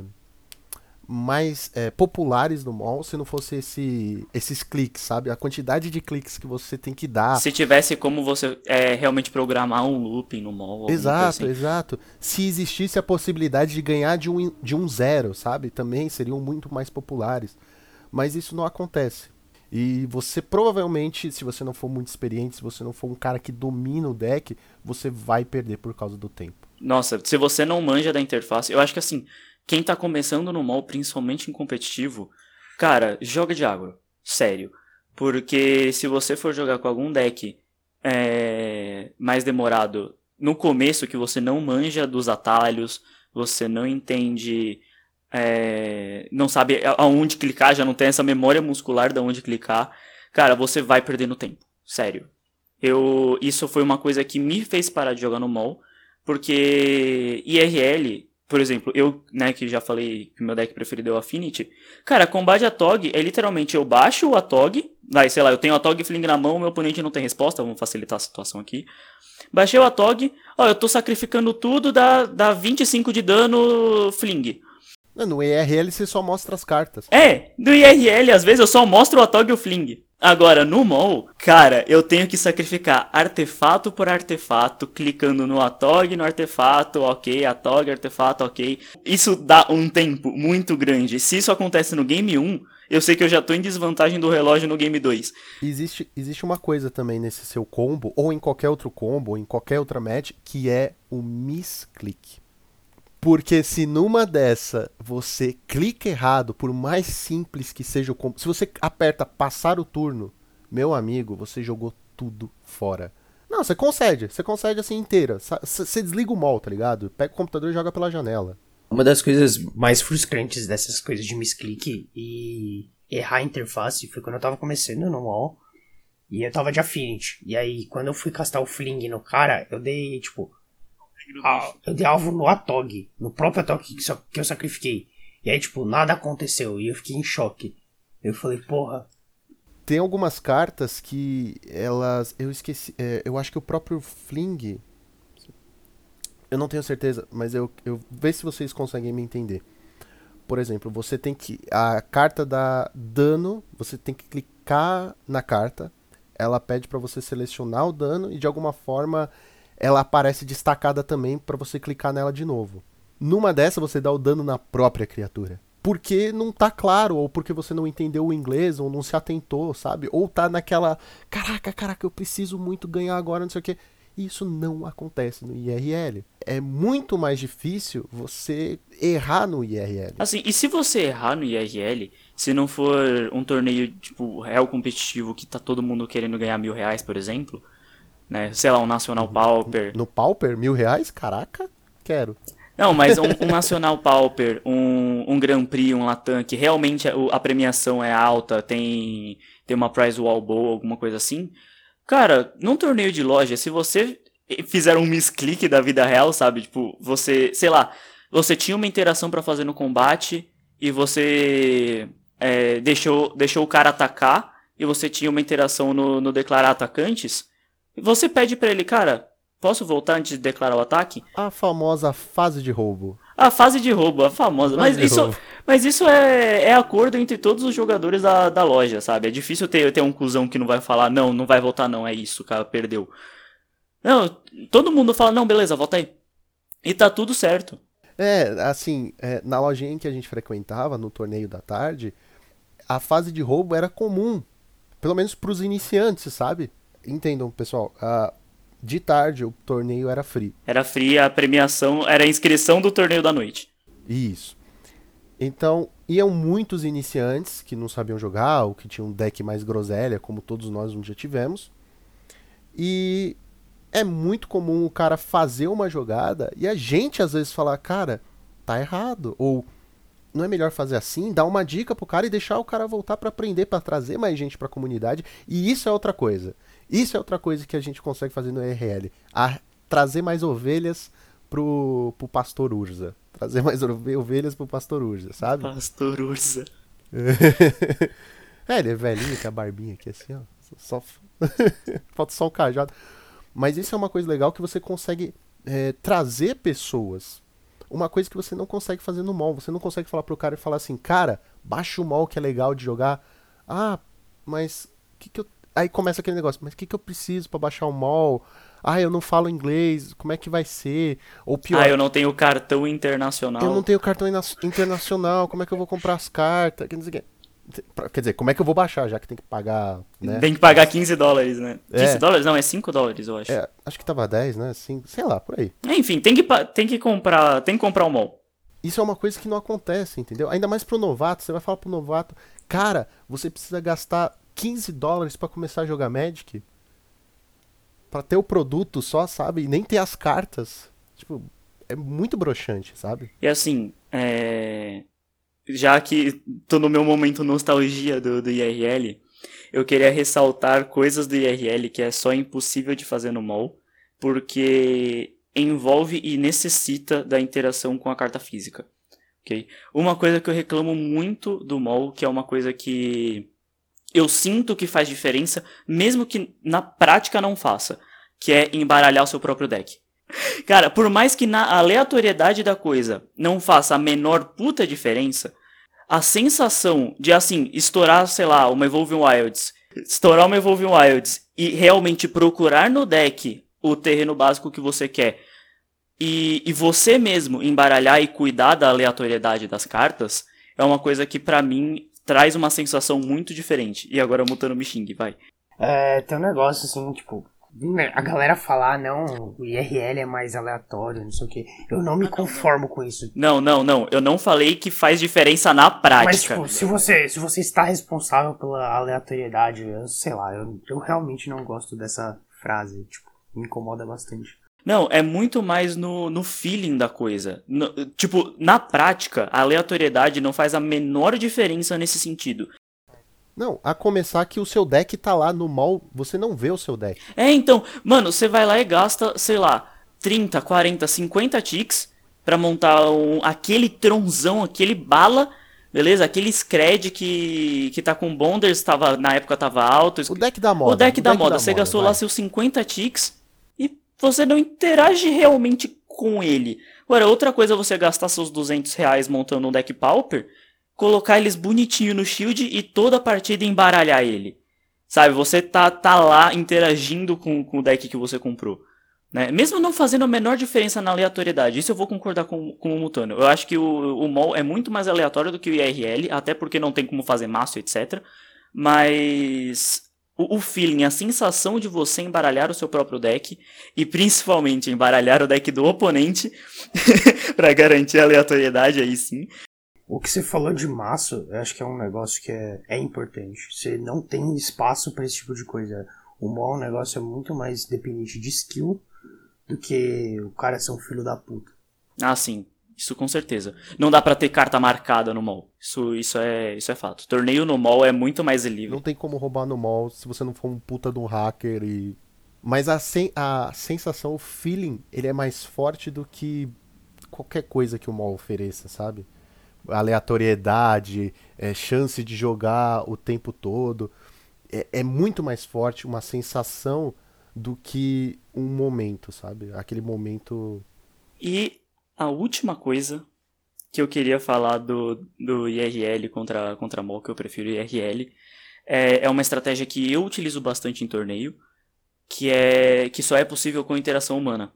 mais é, populares no mall se não fosse esse, esses cliques, sabe? A quantidade de cliques que você tem que dar. Se tivesse como você é, realmente programar um looping no mall. Exato, assim. exato. Se existisse a possibilidade de ganhar de um, de um zero, sabe? Também seriam muito mais populares. Mas isso não acontece. E você provavelmente, se você não for muito experiente, se você não for um cara que domina o deck, você vai perder por causa do tempo. Nossa, se você não manja da interface, eu acho que assim, quem tá começando no mall, principalmente em competitivo, cara, joga de agro. Sério. Porque se você for jogar com algum deck é, mais demorado, no começo que você não manja dos atalhos, você não entende, é, não sabe aonde clicar, já não tem essa memória muscular de onde clicar, cara, você vai perdendo tempo. Sério. Eu, isso foi uma coisa que me fez parar de jogar no mall, porque I R L... Por exemplo, eu, né, que já falei que o meu deck preferido é o Affinity. Cara, combate a T O G é literalmente eu baixo o Atog, Vai, sei lá, eu tenho a Tog Fling na mão, meu oponente não tem resposta, vamos facilitar a situação aqui. Baixei o Atog, ó, eu tô sacrificando tudo, dá, dá vinte e cinco de dano Fling. No E R L você só mostra as cartas. É, no I R L às vezes eu só mostro o Atog e o Fling. Agora, no mol, cara, eu tenho que sacrificar artefato por artefato, clicando no Atog, no artefato, ok, Atog, artefato, ok. Isso dá um tempo muito grande. Se isso acontece no Game um, eu sei que eu já tô em desvantagem do relógio no Game dois. Existe, existe uma coisa também nesse seu combo, ou em qualquer outro combo, ou em qualquer outra match, que é o misclick. Porque se numa dessa você clica errado, por mais simples que seja o combo, se você aperta passar o turno, meu amigo, você jogou tudo fora. Não, você concede, você concede assim inteira. Você desliga o mall, tá ligado? Pega o computador e joga pela janela. Uma das coisas mais frustrantes dessas coisas de misclick e errar a interface foi quando eu tava começando no mall e eu tava de Affinity. E aí, quando eu fui castar o Fling no cara, eu dei, tipo... Ah, eu dei alvo no Atog, no próprio Atog que, que eu sacrifiquei. E aí, tipo, nada aconteceu e eu fiquei em choque. Eu falei, porra. Tem algumas cartas que elas... Eu esqueci... É, eu acho que o próprio Fling... Eu não tenho certeza, mas eu, eu... Vê se vocês conseguem me entender. Por exemplo, você tem que... A carta dá dano, você tem que clicar na carta. Ela pede pra você selecionar o dano e de alguma forma... ela aparece destacada também pra você clicar nela de novo. Numa dessa você dá o dano na própria criatura. Porque não tá claro, ou porque você não entendeu o inglês, ou não se atentou, sabe? Ou tá naquela, caraca, caraca, eu preciso muito ganhar agora, não sei o quê. Isso não acontece no I R L. É muito mais difícil você errar no I R L. Assim, e se você errar no I R L, se não for um torneio, tipo, real competitivo, que tá todo mundo querendo ganhar mil reais, por exemplo... Né? Sei lá, um Nacional Pauper. No Pauper? Mil reais? Caraca, quero. Não, mas um, um Nacional Pauper, um, um Grand Prix, um Latam, que realmente a, a premiação é alta, tem, tem uma prize wall boa, alguma coisa assim. Cara, num torneio de loja, se você fizer um misclick da vida real, sabe? Tipo, você, sei lá, você tinha uma interação pra fazer no combate e você é, deixou, deixou o cara atacar e você tinha uma interação no, no declarar atacantes... Você pede pra ele, cara, posso voltar antes de declarar o ataque? A famosa fase de roubo. A fase de roubo, a famosa. Mas isso, mas isso é, é acordo entre todos os jogadores da, da loja, sabe? É difícil ter, ter um cuzão que não vai falar, não, não vai voltar não, é isso, cara, perdeu. Não, todo mundo fala, não, beleza, volta aí. E tá tudo certo. É, assim, é, na lojinha em que a gente frequentava, no torneio da tarde, a fase de roubo era comum. Pelo menos pros iniciantes, sabe? Entendam, pessoal, uh, de tarde o torneio era free. Era free, a premiação era a inscrição do torneio da noite. Isso. Então, iam muitos iniciantes que não sabiam jogar, ou que tinham um deck mais groselha, como todos nós um dia tivemos. E é muito comum o cara fazer uma jogada e a gente às vezes falar, cara, tá errado. Ou não é melhor fazer assim? Dar uma dica pro cara e deixar o cara voltar pra aprender, pra trazer mais gente pra comunidade. E isso é outra coisa. Isso é outra coisa que a gente consegue fazer no E R L. A trazer mais ovelhas pro, pro Pastor Urza. Trazer mais ovelhas pro Pastor Urza, sabe? Pastor Urza. É, ele é velhinho, com a barbinha aqui assim, ó. Só... Falta só um cajado. Mas isso é uma coisa legal que você consegue é, trazer pessoas. Uma coisa que você não consegue fazer no mall. Você não consegue falar pro cara e falar assim, cara, baixa o mall que é legal de jogar. Ah, mas que que eu... Aí começa aquele negócio, mas o que, que eu preciso pra baixar o mall? Ah, eu não falo inglês, como é que vai ser? Ou pior... Ah, eu não tenho cartão internacional. Eu não tenho cartão internacional, como é que eu vou comprar as cartas? Quer dizer, como é que eu vou baixar, já que tem que pagar, né? Tem que pagar quinze dólares, né? quinze é. dólares? Não, é cinco dólares, eu acho. É, acho que tava dez, né? Assim, sei lá, por aí. Enfim, tem que, tem que comprar, tem que comprar o mall. Isso é uma coisa que não acontece, entendeu? Ainda mais pro novato, você vai falar pro novato, cara, você precisa gastar quinze dólares pra começar a jogar Magic? Pra ter o produto só, sabe? E nem ter as cartas. Tipo, é muito broxante, sabe? E assim, é... já que tô no meu momento nostalgia do, do I R L, eu queria ressaltar coisas do I R L que é só impossível de fazer no mall, porque envolve e necessita da interação com a carta física. Okay? Uma coisa que eu reclamo muito do mall, que é uma coisa que eu sinto que faz diferença, mesmo que na prática não faça, que é embaralhar o seu próprio deck. Cara, por mais que na aleatoriedade da coisa não faça a menor puta diferença, a sensação de, assim, estourar, sei lá, uma Evolving Wilds, estourar uma Evolving Wilds e realmente procurar no deck o terreno básico que você quer e, e você mesmo embaralhar e cuidar da aleatoriedade das cartas, é uma coisa que pra mim traz uma sensação muito diferente. E agora mutando me xingue, vai. É, tem um negócio assim, tipo, a galera falar, não, o I R L é mais aleatório, não sei o que. Eu não me conformo com isso. Não, não, não. Eu não falei que faz diferença na prática. Mas, tipo, se você, se você está responsável pela aleatoriedade, eu sei lá, eu, eu realmente não gosto dessa frase, tipo, me incomoda bastante. Não, é muito mais no, no feeling da coisa. No, tipo, na prática, a aleatoriedade não faz a menor diferença nesse sentido. Não, a começar que o seu deck tá lá no mall, você não vê o seu deck. É, então, mano, você vai lá e gasta, sei lá, trinta, quarenta, cinquenta ticks pra montar um, aquele tronzão, aquele bala, beleza? Aquele scred que, que tá com bonders, tava, na época tava alto. O deck da moda. O deck, o da, deck moda. da você moda, gastou vai. lá seus cinquenta ticks e você não interage realmente com ele. Agora, outra coisa é você gastar seus duzentos reais montando um deck Pauper, colocar eles bonitinho no shield e toda a partida embaralhar ele. Sabe, você tá, tá lá interagindo com, com o deck que você comprou. Né? Mesmo não fazendo a menor diferença na aleatoriedade. Isso eu vou concordar com, com o Mutano. Eu acho que o, o mol é muito mais aleatório do que o I R L, até porque não tem como fazer maço, etcétera. Mas o, o feeling, a sensação de você embaralhar o seu próprio deck e principalmente embaralhar o deck do oponente pra garantir a aleatoriedade, aí sim. O que você falou de maço, eu acho que é um negócio que é, é importante. Você não tem espaço pra esse tipo de coisa. O mol é um negócio muito mais dependente de skill do que o cara ser um filho da puta. Ah, sim. Isso com certeza. Não dá pra ter carta marcada no mol. Isso, isso, é, isso é fato. Torneio no mol é muito mais livre. Não tem como roubar no mol se você não for um puta de um hacker e... Mas a, sen- a sensação, o feeling, ele é mais forte do que qualquer coisa que o mol ofereça, sabe? Aleatoriedade, é, chance de jogar o tempo todo, é, é muito mais forte uma sensação do que um momento, sabe? Aquele momento... E a última coisa que eu queria falar do, do I R L contra, contra mol, que eu prefiro I R L, é, é uma estratégia que eu utilizo bastante em torneio, que, é, que só é possível com interação humana.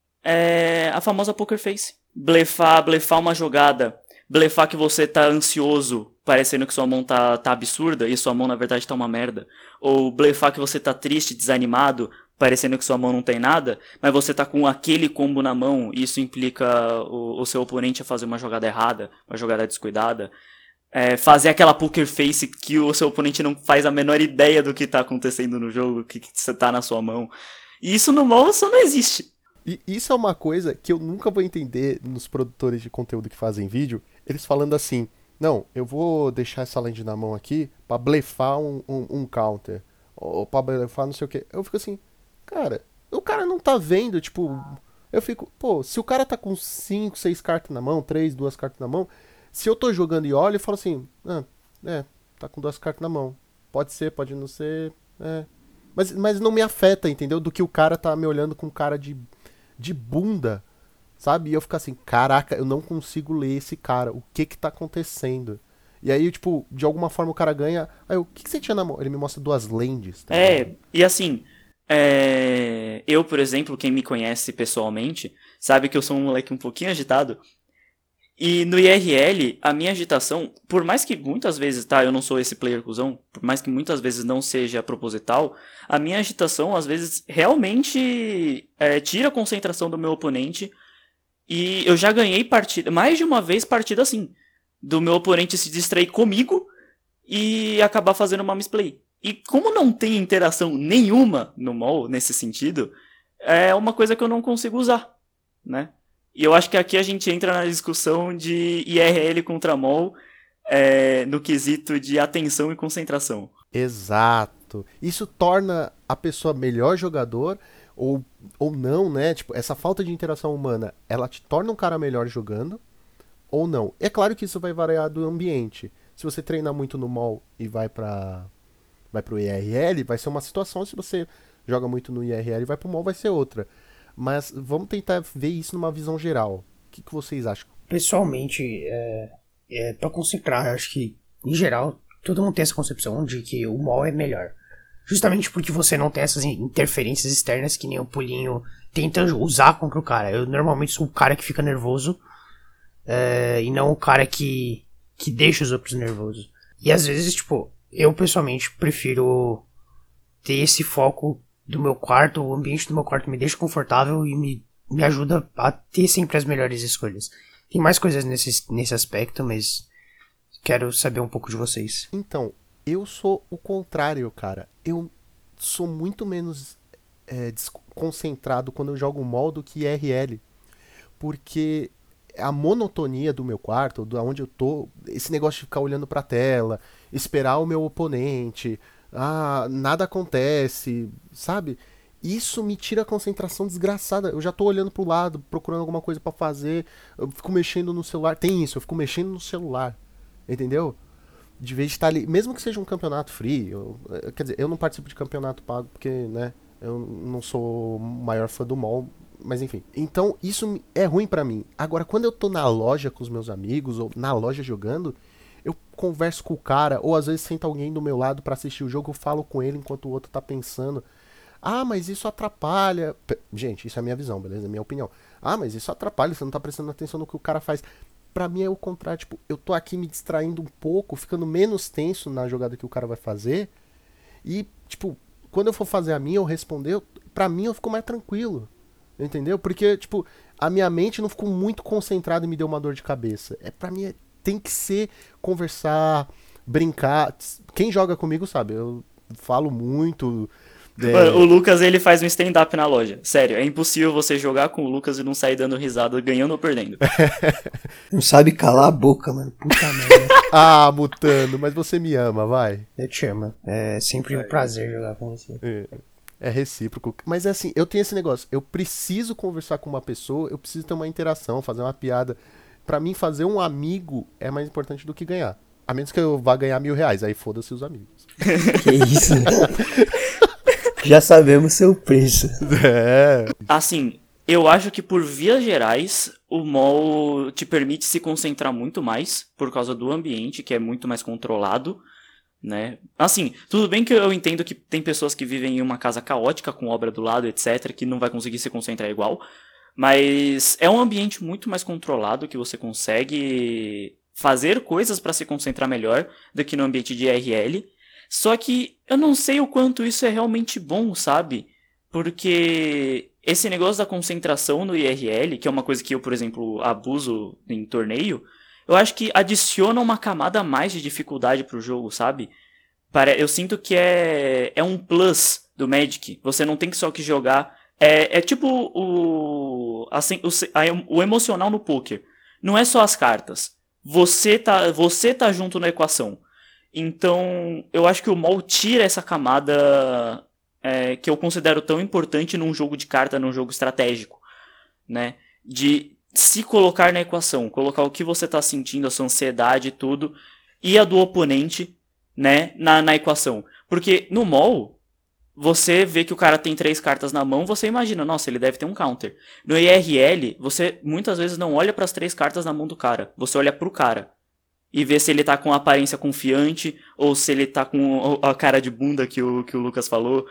É a famosa poker face. Blefar, blefar uma jogada... Blefar que você tá ansioso, parecendo que sua mão tá, tá absurda e sua mão na verdade tá uma merda. Ou blefar que você tá triste, desanimado, parecendo que sua mão não tem nada, mas você tá com aquele combo na mão e isso implica o, o seu oponente a fazer uma jogada errada, uma jogada descuidada. É, fazer aquela poker face que o seu oponente não faz a menor ideia do que tá acontecendo no jogo, que, que tá na sua mão. E isso no mol só não existe. E isso é uma coisa que eu nunca vou entender nos produtores de conteúdo que fazem vídeo, eles falando assim, não, eu vou deixar essa land na mão aqui pra blefar um, um, um counter, ou pra blefar não sei o que. Eu fico assim, cara, o cara não tá vendo, tipo, eu fico, pô, se o cara tá com cinco, seis cartas na mão, três, duas cartas na mão, se eu tô jogando e olho, eu falo assim, ah, é, tá com duas cartas na mão, pode ser, pode não ser, é, mas, mas não me afeta, entendeu, do que o cara tá me olhando com cara de... de bunda, sabe? E eu fico assim, caraca, eu não consigo ler esse cara, o que que tá acontecendo? E aí, tipo, de alguma forma o cara ganha, aí eu, o que que você tinha na mão? Ele me mostra duas lands. Tá é, vendo? E assim, é... eu, por exemplo, quem me conhece pessoalmente, sabe que eu sou um moleque um pouquinho agitado, e no I R L, a minha agitação, por mais que muitas vezes, tá, eu não sou esse player cuzão, por mais que muitas vezes não seja proposital, a minha agitação, às vezes, realmente é, tira a concentração do meu oponente, e eu já ganhei partida, mais de uma vez partida assim, do meu oponente se distrair comigo e acabar fazendo uma misplay. E como não tem interação nenhuma no mol, nesse sentido, é uma coisa que eu não consigo usar, né? E eu acho que aqui a gente entra na discussão de I R L contra mol é, no quesito de atenção e concentração. Exato. Isso torna a pessoa melhor jogador ou, ou não, né? Tipo, essa falta de interação humana, ela te torna um cara melhor jogando ou não. É claro que isso vai variar do ambiente. Se você treinar muito no mall e vai pra, vai pro I R L, vai ser uma situação, se você joga muito no I R L e vai pro mall, vai ser outra. Mas vamos tentar ver isso numa visão geral. O que, que vocês acham? Pessoalmente, é, é, pra concentrar, eu acho que, em geral, todo mundo tem essa concepção de que o mall é melhor. Justamente porque você não tem essas interferências externas que nem o Pulinho tenta usar contra o cara. Eu normalmente sou o cara que fica nervoso é, e não o cara que, que deixa os outros nervosos. E às vezes, tipo, eu pessoalmente prefiro ter esse foco do meu quarto, o ambiente do meu quarto me deixa confortável e me, me ajuda a ter sempre as melhores escolhas. Tem mais coisas nesse, nesse aspecto, mas quero saber um pouco de vocês. Então, eu sou o contrário, cara. Eu sou muito menos é, desconcentrado quando eu jogo mall do que I R L. Porque a monotonia do meu quarto, de onde eu tô, esse negócio de ficar olhando pra tela, esperar o meu oponente, ah, nada acontece, sabe? Isso me tira a concentração desgraçada. Eu já tô olhando pro lado, procurando alguma coisa pra fazer, eu fico mexendo no celular. Tem isso, eu fico mexendo no celular, entendeu? De vez de estar ali, mesmo que seja um campeonato free, eu, quer dizer, eu não participo de campeonato pago porque, né, eu não sou o maior fã do mall, mas enfim. Então, isso é ruim pra mim. Agora, quando eu tô na loja com os meus amigos, ou na loja jogando, eu converso com o cara, ou às vezes senta alguém do meu lado pra assistir o jogo, eu falo com ele enquanto o outro tá pensando. Ah, mas isso atrapalha. Gente, isso é a minha visão, beleza? É a minha opinião. Ah, mas isso atrapalha, você não tá prestando atenção no que o cara faz. Pra mim é o contrário, tipo, eu tô aqui me distraindo um pouco, ficando menos tenso na jogada que o cara vai fazer. E, tipo, quando eu for fazer a minha, eu responder, eu, pra mim eu fico mais tranquilo. Entendeu? Porque, tipo, a minha mente não ficou muito concentrada e me deu uma dor de cabeça. É, pra mim é, tem que ser conversar, brincar. Quem joga comigo sabe, eu falo muito. É... O Lucas, ele faz um stand-up na loja. Sério, é impossível você jogar com o Lucas e não sair dando risada, ganhando ou perdendo. Não sabe calar a boca, mano. Puta merda. Ah, Mutano, mas você me ama, vai. Eu te amo. É sempre um prazer jogar com você. É, é recíproco. Mas é assim, eu tenho esse negócio. Eu preciso conversar com uma pessoa, eu preciso ter uma interação, fazer uma piada. Pra mim, fazer um amigo é mais importante do que ganhar. A menos que eu vá ganhar mil reais, aí foda-se os amigos. Que isso? Já sabemos seu preço. É. Assim, eu acho que por vias gerais, o mall te permite se concentrar muito mais por causa do ambiente, que é muito mais controlado, né? Assim, tudo bem que eu entendo que tem pessoas que vivem em uma casa caótica, com obra do lado, etcétera, que não vai conseguir se concentrar igual, mas é um ambiente muito mais controlado, que você consegue fazer coisas para se concentrar melhor do que no ambiente de I R L. Só que eu não sei o quanto isso é realmente bom, sabe? Porque esse negócio da concentração no I R L, que é uma coisa que eu, por exemplo, abuso em torneio, eu acho que adiciona uma camada a mais de dificuldade pro jogo, sabe? Eu sinto que é, é um plus do Magic. Você não tem que só que jogar... É, é tipo o, assim, o, o emocional no poker. Não é só as cartas. Você tá, você tá junto na equação. Então, eu acho que o mall tira essa camada é, que eu considero tão importante num jogo de carta, num jogo estratégico, né? De se colocar na equação, colocar o que você está sentindo, a sua ansiedade e tudo, e a do oponente, né, na, na equação. Porque no mall, você vê que o cara tem três cartas na mão, você imagina, nossa, ele deve ter um counter. No I R L, você muitas vezes não olha para as três cartas na mão do cara, você olha pro cara. E ver se ele tá com aparência confiante, ou se ele tá com a cara de bunda que o, que o Lucas falou.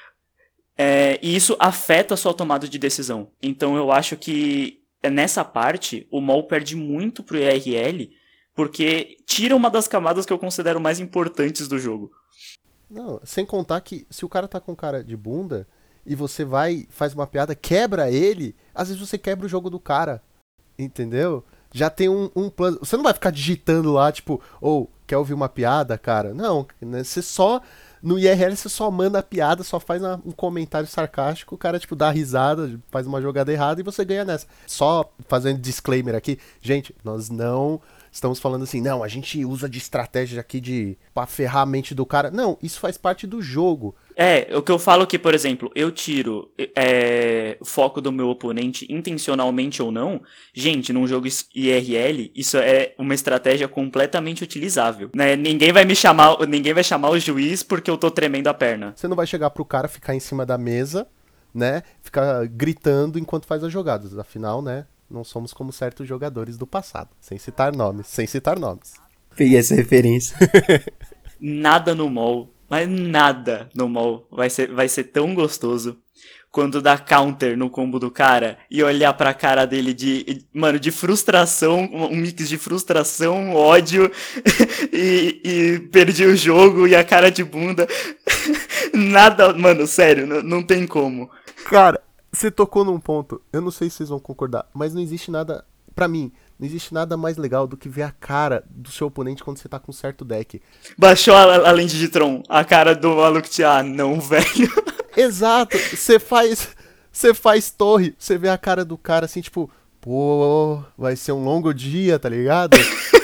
É, e isso afeta a sua tomada de decisão. Então eu acho que nessa parte, o mall perde muito pro I R L, porque tira uma das camadas que eu considero mais importantes do jogo. Não, sem contar que se o cara tá com cara de bunda, e você vai, faz uma piada, quebra ele, às vezes você quebra o jogo do cara. Entendeu? Já tem um, um plano. Você não vai ficar digitando lá, tipo, ou, oh, quer ouvir uma piada, cara? Não, né? Você só. No I R L você só manda a piada, só faz uma, um comentário sarcástico, o cara, tipo, dá risada, faz uma jogada errada e você ganha nessa. Só fazendo disclaimer aqui, gente, nós não estamos falando assim, não, a gente usa de estratégia aqui de pra ferrar a mente do cara. Não, isso faz parte do jogo. É, o que eu falo que, por exemplo, eu tiro é, o foco do meu oponente intencionalmente ou não, gente, num jogo I R L, isso é uma estratégia completamente utilizável, né? Ninguém vai me chamar, ninguém vai chamar o juiz porque eu tô tremendo a perna. Você não vai chegar pro cara ficar em cima da mesa, né, ficar gritando enquanto faz as jogadas. Afinal, né, não somos como certos jogadores do passado. Sem citar nomes, sem citar nomes. Peguei essa referência. Nada no mall, mas nada no mall vai ser, vai ser tão gostoso quando dá counter no combo do cara e olhar pra cara dele de, mano, de frustração, um mix de frustração, ódio e, e perdi o jogo e a cara de bunda. Nada, mano, sério, não, não tem como. Cara, você tocou num ponto, eu não sei se vocês vão concordar, mas não existe nada, pra mim, não existe nada mais legal do que ver a cara do seu oponente quando você tá com um certo deck. Baixou a, a lente de Tron, a cara do maluco de, ah, não, velho. Exato, você faz, você faz torre, você vê a cara do cara assim, tipo, pô, vai ser um longo dia, tá ligado?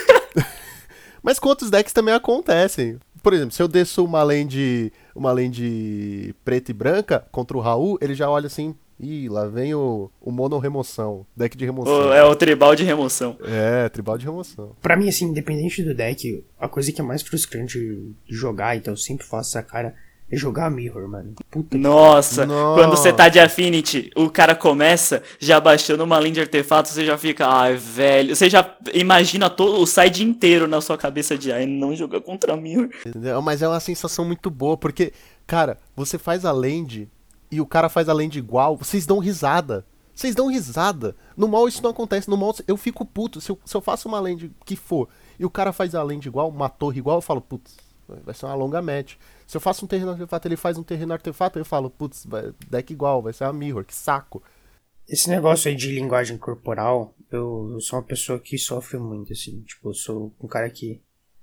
Mas com outros decks também acontecem. Por exemplo, se eu desço uma lane uma lane preta e branca contra o Raul, ele já olha assim, ih, lá vem o, o mono remoção, deck de remoção. O, é o tribal de remoção. É, tribal de remoção. Pra mim, assim, independente do deck, a coisa que é mais frustrante de jogar, então eu sempre faço essa cara, é jogar Mirror, mano. Puta Nossa, Nossa, quando você tá de Affinity, o cara começa, já baixando uma linha de artefato, você já fica, ai, velho. Você já imagina todo o side inteiro na sua cabeça de, ai, não jogar contra Mirror. Entendeu? Mas é uma sensação muito boa, porque, cara, você faz a land e o cara faz a land igual, vocês dão risada. Vocês dão risada. No mall isso não acontece. No mall eu fico puto. Se eu, se eu faço uma land que for e o cara faz a land igual, uma torre igual, eu falo, putz, vai ser uma longa match. Se eu faço um terreno artefato, ele faz um terreno artefato, eu falo, putz, deck igual, vai ser uma mirror, que saco. Esse negócio aí de linguagem corporal, eu, eu sou uma pessoa que sofre muito, assim. Tipo, eu sou um cara que.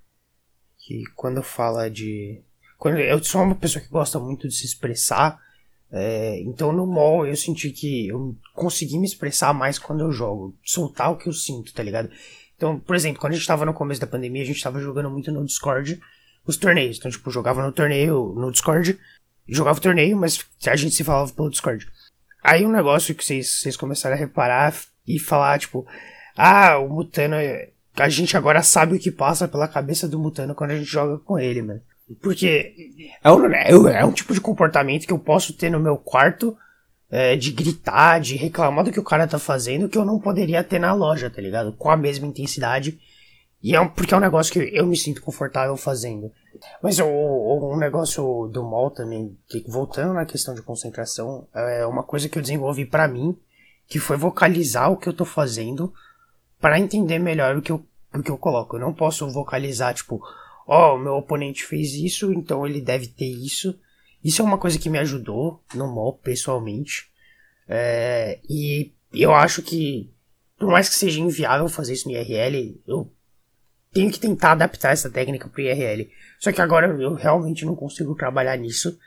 que quando fala de. Quando, eu sou uma pessoa que gosta muito de se expressar. É, então no mall eu senti que eu consegui me expressar mais quando eu jogo. Soltar o que eu sinto, tá ligado? Então, por exemplo, quando a gente tava no começo da pandemia, a gente tava jogando muito no Discord os torneios. Então, tipo, jogava no torneio no Discord, jogava o torneio, mas a gente se falava pelo Discord. Aí um negócio que vocês, vocês começaram a reparar e falar, tipo, ah, o Mutano, a gente agora sabe o que passa pela cabeça do Mutano quando a gente joga com ele, mano. Porque é um, é um tipo de comportamento que eu posso ter no meu quarto, é, de gritar, de reclamar do que o cara tá fazendo, que eu não poderia ter na loja, tá ligado? Com a mesma intensidade. E é um, porque é um negócio que eu me sinto confortável fazendo. Mas o, o, o negócio do mall também, que, voltando na questão de concentração, é uma coisa que eu desenvolvi pra mim, que foi vocalizar o que eu tô fazendo pra entender melhor o que eu, o que eu coloco. Eu não posso vocalizar, tipo, ó, oh, o meu oponente fez isso, então ele deve ter isso. Isso é uma coisa que me ajudou no mall, pessoalmente. É, e eu acho que, por mais que seja inviável fazer isso no I R L, eu tenho que tentar adaptar essa técnica pro I R L. Só que agora eu realmente não consigo trabalhar nisso,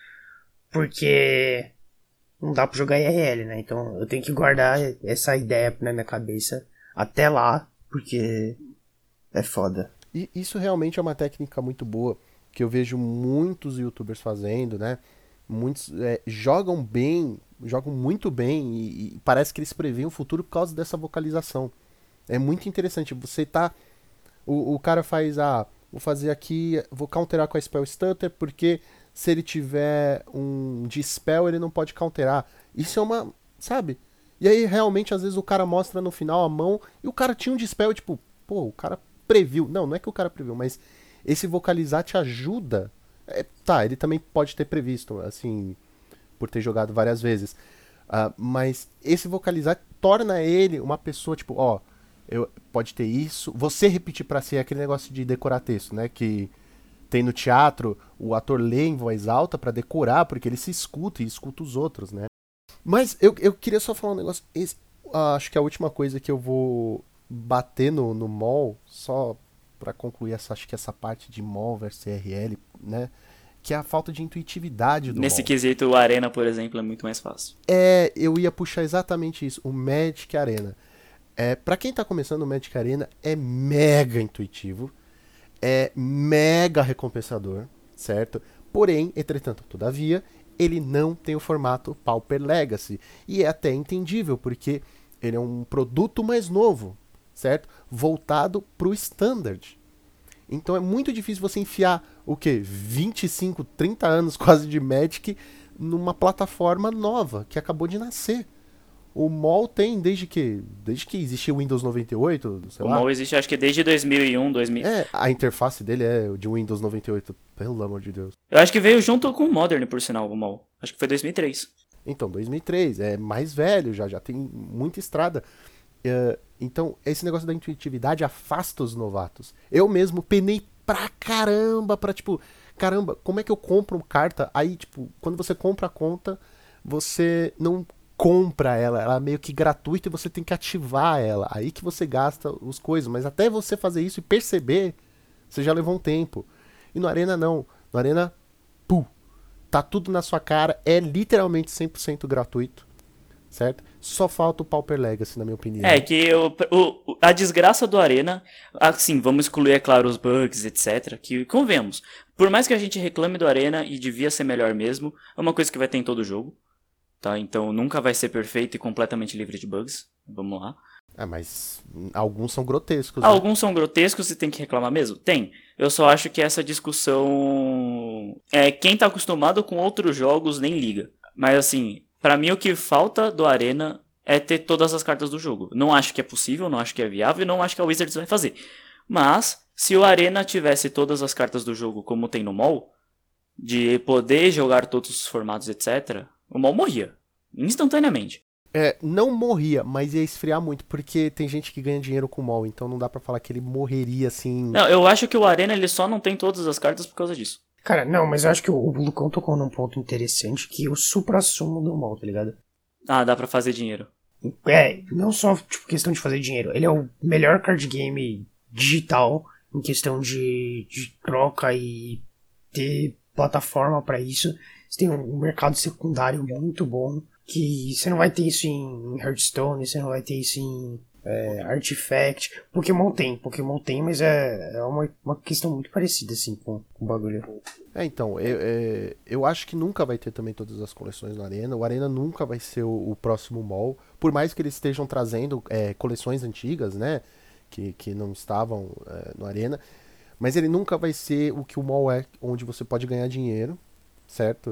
porque não dá pra jogar I R L, né? Então eu tenho que guardar essa ideia na minha cabeça até lá, porque é foda. E isso realmente é uma técnica muito boa, que eu vejo muitos youtubers fazendo, né? Muitos é, jogam bem, jogam muito bem e, e parece que eles preveem o futuro por causa dessa vocalização. É muito interessante, você tá... O, o cara faz, ah, vou fazer aqui, vou counterar com a Spell Stutter, porque se ele tiver um Dispel, ele não pode counterar. Isso é uma, sabe? E aí, realmente, às vezes o cara mostra no final a mão, e o cara tinha um Dispel, tipo, pô, o cara previu. Não, não é que o cara previu, mas esse vocalizar te ajuda. É, tá, ele também pode ter previsto, assim, por ter jogado várias vezes. Uh, mas esse vocalizar torna ele uma pessoa, tipo, ó, eu, pode ter isso. Você repetir pra si, é aquele negócio de decorar texto, né? Que tem no teatro, o ator lê em voz alta pra decorar, porque ele se escuta e escuta os outros, né? Mas eu, eu queria só falar um negócio. Esse, uh, acho que a última coisa que eu vou bater no, no mall, só pra concluir essa, acho que essa parte de mall versus R L, né? Que é a falta de intuitividade do Nesse mall. quesito, o Arena, por exemplo, é muito mais fácil. É, eu ia puxar exatamente isso, o Magic Arena. É, pra quem tá começando, o Magic Arena é mega intuitivo, é mega recompensador, certo? Porém, entretanto, todavia, ele não tem o formato Pauper Legacy. E é até entendível, porque ele é um produto mais novo, certo? Voltado para o Standard. Então é muito difícil você enfiar, o quê? vinte e cinco, trinta anos quase de Magic numa plataforma nova, que acabou de nascer. O mol tem desde que desde que existiu o Windows noventa e oito, sei O lá. mol existe, acho que desde dois mil e um, dois mil. É, a interface dele é de Windows noventa e oito, pelo amor de Deus. Eu acho que veio junto com o Modern, por sinal, o mol. Acho que foi dois mil e três. Então, dois mil e três, é mais velho já, já tem muita estrada. Uh, então, esse negócio da intuitividade afasta os novatos. Eu mesmo penei pra caramba pra, tipo, caramba, como é que eu compro carta? Aí, tipo, quando você compra a conta, você não compra ela, ela é meio que gratuita e você tem que ativar ela. Aí que você gasta os coisas, mas até você fazer isso e perceber, você já levou um tempo. E no Arena não. No Arena, pum, tá tudo na sua cara, é literalmente cem por cento gratuito, certo? Só falta o Pauper Legacy, na minha opinião. É, que o, o, a desgraça do Arena, assim, vamos excluir, é claro, os bugs, etcétera, que convenhamos, por mais que a gente reclame do Arena e devia ser melhor mesmo, é uma coisa que vai ter em todo jogo. Tá, então nunca vai ser perfeito e completamente livre de bugs. Vamos lá. Ah, mas alguns são grotescos. Ah, né? Alguns são grotescos e tem que reclamar mesmo? Tem. Eu só acho que essa discussão... É, quem tá acostumado com outros jogos nem liga. Mas assim, pra mim o que falta do Arena é ter todas as cartas do jogo. Não acho que é possível, não acho que é viável e não acho que a Wizards vai fazer. Mas, se o Arena tivesse todas as cartas do jogo como tem no mol, de poder jogar todos os formatos, etcétera, o mol morria. Instantaneamente. É, não morria, mas ia esfriar muito, porque tem gente que ganha dinheiro com o mol, então não dá pra falar que ele morreria assim. Não, eu acho que o Arena ele só não tem todas as cartas por causa disso. Cara, não, mas eu acho que o, o Lucão tocou num ponto interessante, que é o supra-sumo do mol, tá ligado? Ah, dá pra fazer dinheiro. É, não só tipo, questão de fazer dinheiro. Ele é o melhor card game digital em questão de, de troca e ter plataforma pra isso. Você tem um mercado secundário muito bom, que você não vai ter isso em Hearthstone, você não vai ter isso em é, Artifact. Pokémon tem, Pokémon tem, mas é, é uma, uma questão muito parecida assim com, com o bagulho. É, então, eu, é, eu acho que nunca vai ter também todas as coleções no Arena. O Arena nunca vai ser o, o próximo mol, por mais que eles estejam trazendo é, coleções antigas, né, que, que não estavam é, no Arena, mas ele nunca vai ser o que o mol é, onde você pode ganhar dinheiro, certo?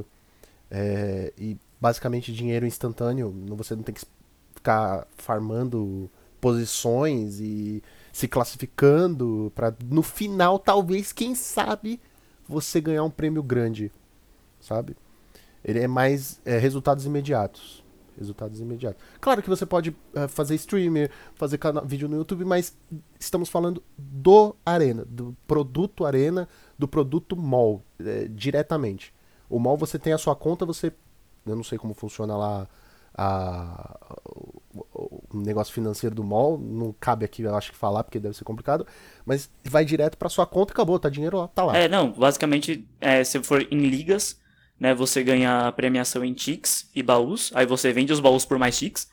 É, e basicamente dinheiro instantâneo, você não tem que ficar farmando posições e se classificando para no final, talvez, quem sabe, você ganhar um prêmio grande, sabe? Ele é mais é, resultados imediatos. Resultados imediatos. Claro que você pode uh, fazer streamer, fazer canal, vídeo no YouTube, mas estamos falando do Arena, do produto Arena, do produto mol, é, diretamente. O mol você tem a sua conta, você... Eu não sei como funciona lá a, o, o negócio financeiro do mol, não cabe aqui, eu acho que falar, porque deve ser complicado, mas vai direto pra sua conta e acabou, tá dinheiro lá, tá lá. É, não, basicamente, é, se for em ligas, né, você ganha premiação em ticks e baús, aí você vende os baús por mais ticks,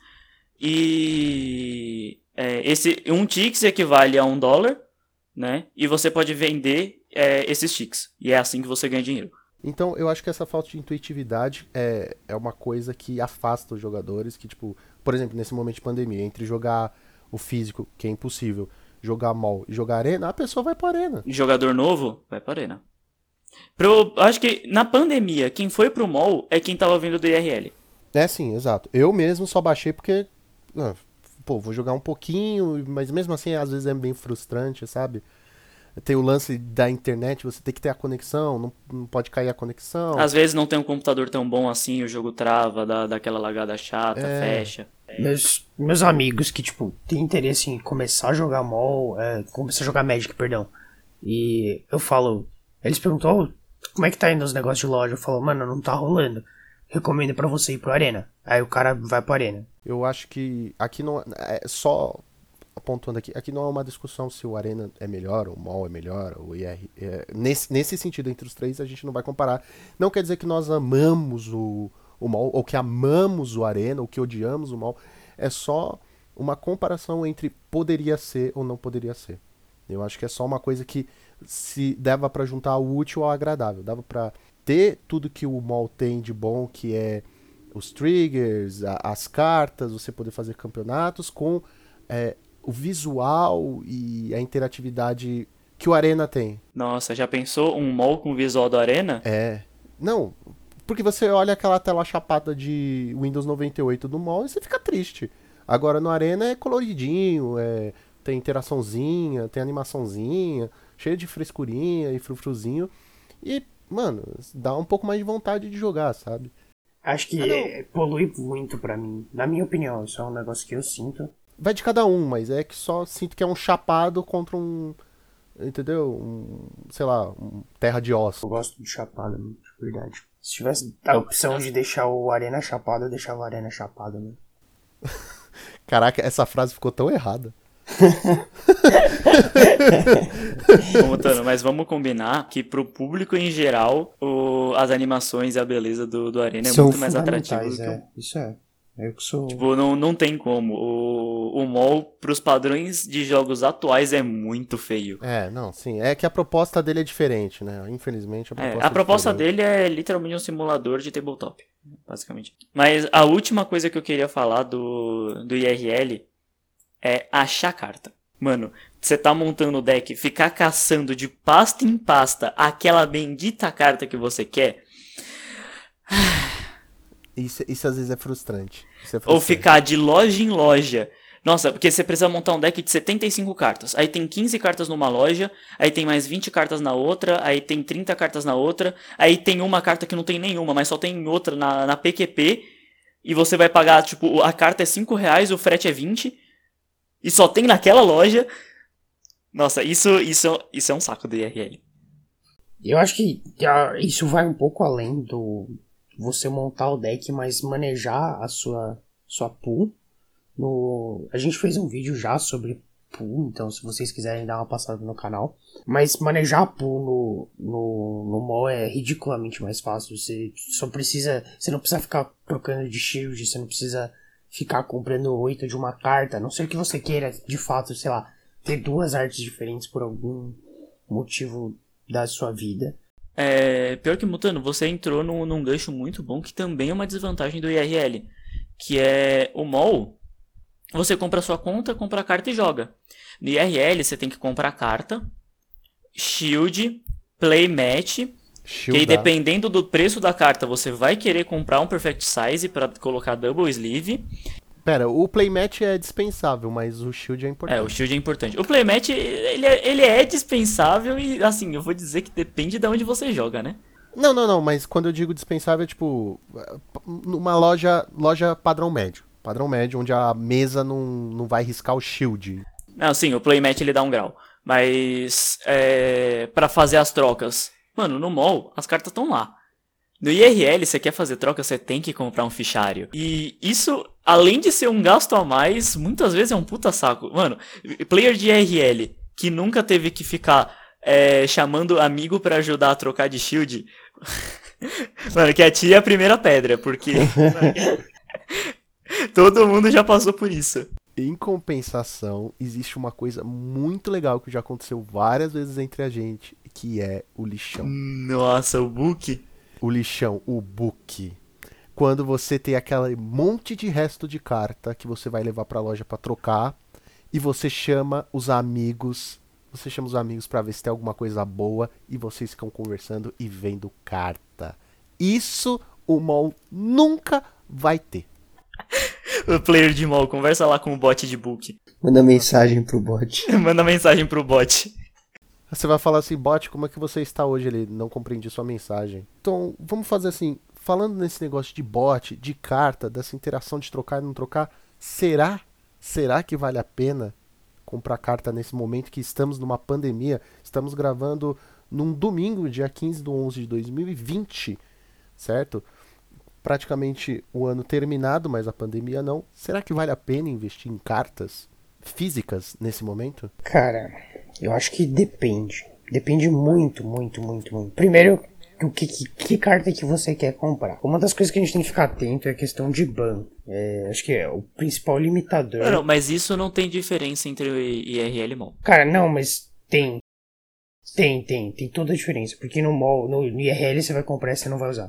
e é, esse, um ticks equivale a um dólar, né, e você pode vender é, esses ticks, e é assim que você ganha dinheiro. Então, eu acho que essa falta de intuitividade é, é uma coisa que afasta os jogadores, que, tipo, por exemplo, nesse momento de pandemia, entre jogar o físico, que é impossível, jogar mol e jogar arena, a pessoa vai pra arena. Jogador novo, vai pra arena. Pro, acho que na pandemia, quem foi pro mol é quem tava vindo do I R L. É, sim, exato. Eu mesmo só baixei porque, ah, pô, vou jogar um pouquinho, mas mesmo assim, às vezes é bem frustrante, sabe? Tem o lance da internet, você tem que ter a conexão, não, não pode cair a conexão. Às vezes não tem um computador tão bom assim, o jogo trava, dá, dá aquela lagada chata, É. fecha. Meus, meus amigos que, tipo, têm interesse em começar a jogar mol, é, começar a jogar Magic, perdão. E eu falo, eles perguntam, oh, como é que tá indo os negócios de loja? Eu falo, mano, não tá rolando. Recomendo pra você ir pro Arena. Aí o cara vai pro Arena. Eu acho que aqui não é só apontando aqui, aqui não é uma discussão se o Arena é melhor, o mol é melhor, o I R. É, nesse, nesse sentido, entre os três, a gente não vai comparar. Não quer dizer que nós amamos o, o mol, ou que amamos o Arena, ou que odiamos o mol. É só uma comparação entre poderia ser ou não poderia ser. Eu acho que é só uma coisa que se dava pra juntar o útil ao agradável. Dava pra ter tudo que o mall tem de bom, que é os triggers, a, as cartas, você poder fazer campeonatos, com é, o visual e a interatividade que o Arena tem. Nossa, já pensou um mall com o visual do Arena? É. Não, porque você olha aquela tela chapada de Windows noventa e oito do mall e você fica triste. Agora no Arena é coloridinho, é, tem interaçãozinha, tem animaçãozinha, cheio de frescurinha e frufruzinho. E, mano, dá um pouco mais de vontade de jogar, sabe? Acho que ah, polui muito pra mim. Na minha opinião, isso é um negócio que eu sinto. Vai de cada um, mas é que só sinto que é um chapado contra um... Entendeu? Um, sei lá, um terra de osso. Eu gosto de chapada, de verdade. Se tivesse a opção de deixar o Arena chapado, eu deixava o Arena chapado, né? Caraca, essa frase ficou tão errada. Bom, Tano, mas vamos combinar que pro público em geral, o, as animações e a beleza do, do Arena é São muito mais atrativo do que é. o... Isso é. Eu que sou... Tipo, não, não tem como. O, o mall, pros padrões de jogos atuais, é muito feio. É, não, sim. É que a proposta dele é diferente, né? Infelizmente, a proposta É, a proposta é dele é literalmente um simulador de tabletop, basicamente. Mas a última coisa que eu queria falar do, do I R L é achar carta. Mano, você tá montando o deck, ficar caçando de pasta em pasta aquela bendita carta que você quer... Isso, isso às vezes é frustrante. Isso é frustrante. Ou ficar de loja em loja. Nossa, porque você precisa montar um deck de setenta e cinco cartas. Aí tem quinze cartas numa loja, aí tem mais vinte cartas na outra, aí tem trinta cartas na outra, aí tem uma carta que não tem nenhuma, mas só tem outra na, na P Q P, e você vai pagar, tipo, a carta é cinco reais, o frete é vinte, e só tem naquela loja. Nossa, isso, isso, isso é um saco do I R L. Eu acho que uh, isso vai um pouco além do... você montar o deck, mas manejar a sua, sua pool. No... A gente fez um vídeo já sobre pool, então se vocês quiserem dar uma passada no canal. Mas manejar a pool no, no, no mall é ridiculamente mais fácil. Você só precisa... Você não precisa ficar trocando de shield, você não precisa ficar comprando oito de uma carta. A não ser que você queira, de fato, sei lá, ter duas artes diferentes por algum motivo da sua vida. É, pior que, Mutano, você entrou num, num gancho muito bom que também é uma desvantagem do I R L, que é o mall. Você compra a sua conta, compra a carta e joga. No I R L você tem que comprar a carta, shield, play match, que aí dependendo do preço da carta você vai querer comprar um perfect size para colocar double sleeve. Pera, o playmatch é dispensável, mas o shield é importante. É, o shield é importante. O playmatch, ele é, ele é dispensável e, assim, eu vou dizer que depende de onde você joga, né? Não, não, não, mas quando eu digo dispensável é tipo, numa loja, loja padrão médio. Padrão médio, onde a mesa não, não vai riscar o shield. Não, sim, o playmatch ele dá um grau. Mas, é, pra fazer as trocas, mano, no mall, as cartas estão lá. No I R L, você quer fazer troca, você tem que comprar um fichário. E isso, além de ser um gasto a mais, muitas vezes é um puta saco. Mano, player de I R L que nunca teve que ficar é, chamando amigo pra ajudar a trocar de shield. Mano, que a tia é a primeira pedra, porque todo mundo já passou por isso. Em compensação, existe uma coisa muito legal que já aconteceu várias vezes entre a gente, que é o lixão. Nossa, o book... O lixão, o book. Quando você tem aquele monte de resto de carta que você vai levar pra loja pra trocar e você chama os amigos, você chama os amigos pra ver se tem alguma coisa boa e vocês ficam conversando e vendo carta. Isso o mall nunca vai ter. O player de mall, conversa lá com o bot de book. Manda mensagem pro bot. Manda mensagem pro bot. Você vai falar assim, bot, como é que você está hoje? Ele não compreendi sua mensagem. Então, vamos fazer assim, falando nesse negócio de bot, de carta, dessa interação de trocar e não trocar, será? Será que vale a pena comprar carta nesse momento que estamos numa pandemia? Estamos gravando num domingo, dia quinze de onze de dois mil e vinte, certo? Praticamente o ano terminado, mas a pandemia não. Será que vale a pena investir em cartas físicas nesse momento? Cara, eu acho que depende. Depende muito, muito, muito, muito. Primeiro, o que, que, que carta que você quer comprar. Uma das coisas que a gente tem que ficar atento é a questão de ban. É, acho que é o principal limitador. Não, não, mas isso não tem diferença entre o I R L e mall. Cara, não, mas tem. Tem, tem. Tem toda a diferença. Porque no mall, no, no I R L você vai comprar e você não vai usar.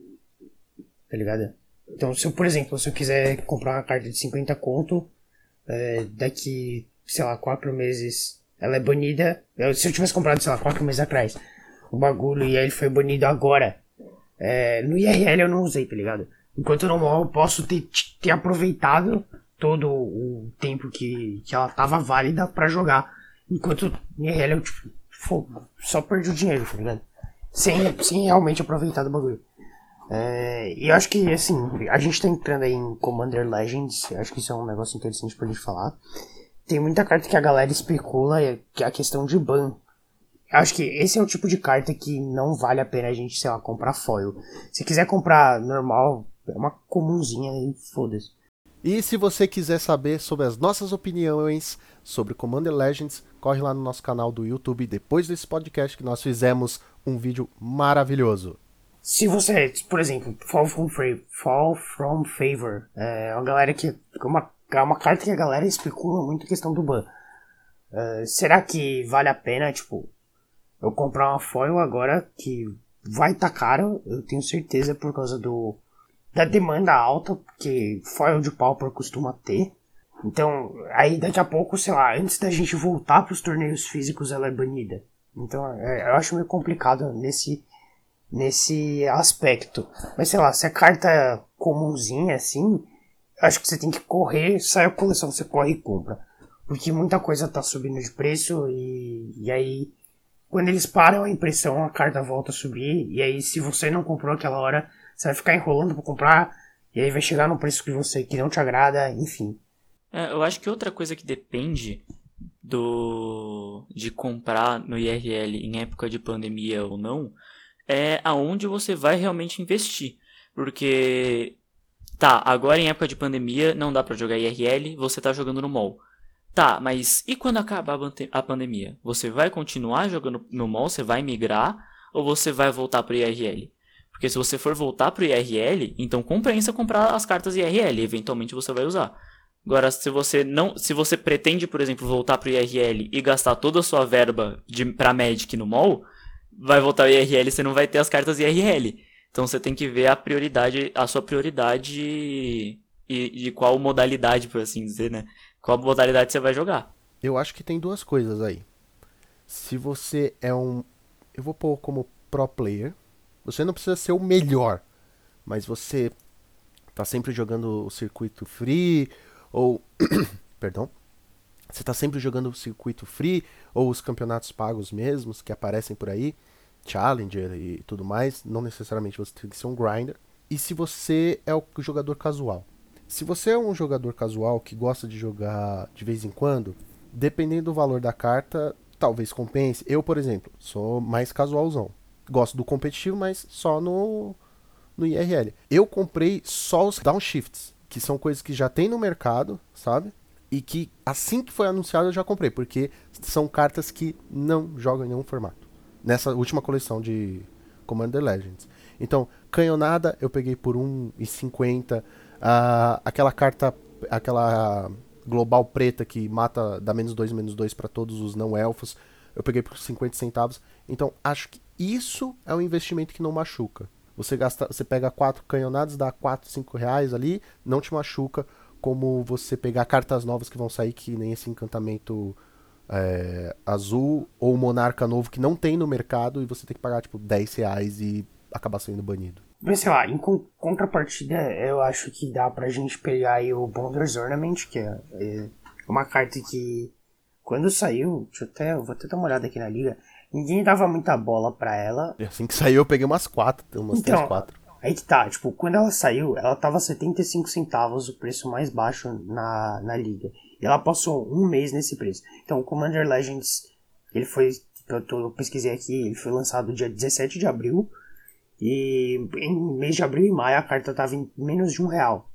Tá ligado? Então, se eu, por exemplo, se eu quiser comprar uma carta de cinquenta conto, é, daqui, sei lá, quatro meses, ela é banida. Eu, se eu tivesse comprado, sei lá, quatro meses atrás, o bagulho e aí ele foi banido agora, é, no I R L eu não usei, tá ligado? Enquanto no mall eu posso ter, ter aproveitado todo o tempo que, que ela tava válida pra jogar. Enquanto no I R L eu, tipo, fogo, só perdi o dinheiro, tá ligado? Sem, sem realmente aproveitar do bagulho. É, e eu acho que, assim, a gente tá entrando aí em Commander Legends, eu acho que isso é um negócio interessante pra gente falar. Tem muita carta que a galera especula, que é a questão de ban. Eu acho que esse é o tipo de carta que não vale a pena a gente, sei lá, comprar foil. Se quiser comprar normal, é uma comunzinha e foda-se. E se você quiser saber sobre as nossas opiniões sobre Commander Legends, corre lá no nosso canal do YouTube depois desse podcast que nós fizemos um vídeo maravilhoso. Se você, por exemplo, Fall from, Fra- Fall from Favor, é uma galera que. É uma, é uma carta que a galera especula muito a questão do ban. Uh, será que vale a pena, tipo, eu comprar uma foil agora que vai tá caro, eu tenho certeza, por causa do da demanda alta que foil de pauper costuma ter. Então, aí daqui a pouco, sei lá, antes da gente voltar pros torneios físicos, ela é banida. Então, é, eu acho meio complicado nesse. Nesse aspecto. Mas sei lá, se a carta é comunzinha assim, acho que você tem que correr, sai a coleção, você corre e compra. Porque muita coisa tá subindo de preço e, e aí quando eles param a impressão, a carta volta a subir. E aí se você não comprou aquela hora, você vai ficar enrolando pra comprar. E aí vai chegar no preço que você que não te agrada, enfim. É, eu acho que outra coisa que depende do de comprar no I R L em época de pandemia ou não, é aonde você vai realmente investir. Porque, tá, agora em época de pandemia não dá pra jogar I R L, você tá jogando no mall. Tá, mas e quando acabar a pandemia? Você vai continuar jogando no mall, você vai migrar, ou você vai voltar pro I R L? Porque se você for voltar pro I R L, então compensa comprar as cartas I R L, eventualmente você vai usar. Agora, se você não, se você pretende, por exemplo, voltar pro I R L e gastar toda a sua verba de, pra Magic no mall, vai voltar o I R L, você não vai ter as cartas I R L. Então você tem que ver a prioridade, a sua prioridade e de qual modalidade, por assim dizer, né? Qual modalidade você vai jogar. Eu acho que tem duas coisas aí. Se você é um... Eu vou pôr como pro player. Você não precisa ser o melhor, mas você tá sempre jogando o circuito free, ou... Perdão. Você tá sempre jogando o circuito free, ou os campeonatos pagos mesmos, que aparecem por aí. Challenger e tudo mais, não necessariamente você tem que ser um grinder. E se você é o jogador casual. Se você é um jogador casual que gosta de jogar de vez em quando, dependendo do valor da carta, talvez compense. Eu, por exemplo, sou mais casualzão. Gosto do competitivo, mas só no, no I R L. Eu comprei só os downshifts, que são coisas que já tem no mercado, sabe? E que assim que foi anunciado eu já comprei, porque são cartas que não jogam em nenhum formato. Nessa última coleção de Commander Legends. Então, canhonada eu peguei por um real e cinquenta centavos. Uh, aquela carta, aquela global preta que mata, dá menos dois, menos dois para todos os não elfos, eu peguei por cinquenta centavos. Então, acho que isso é um investimento que não machuca. Você, gasta, você pega quatro canhonadas, dá quatro, cinco reais ali, não te machuca, como você pegar cartas novas que vão sair, que nem esse encantamento... É, azul ou monarca novo que não tem no mercado e você tem que pagar tipo dez reais e acabar sendo banido. Mas sei lá, em contrapartida eu acho que dá pra gente pegar aí o Bonders Ornament, que é, é uma carta que quando saiu, deixa eu até, vou até dar uma olhada aqui na liga, ninguém dava muita bola pra ela. E assim que saiu eu peguei umas quatro, umas então, três, quatro. Aí que tá, tipo, quando ela saiu, ela tava setenta e cinco centavos, o preço mais baixo na, na liga. E ela passou um mês nesse preço. Então, o Commander Legends, ele foi, eu, tô, eu pesquisei aqui, ele foi lançado dia dezessete de abril. E em mês de abril e maio a carta tava em menos de um real.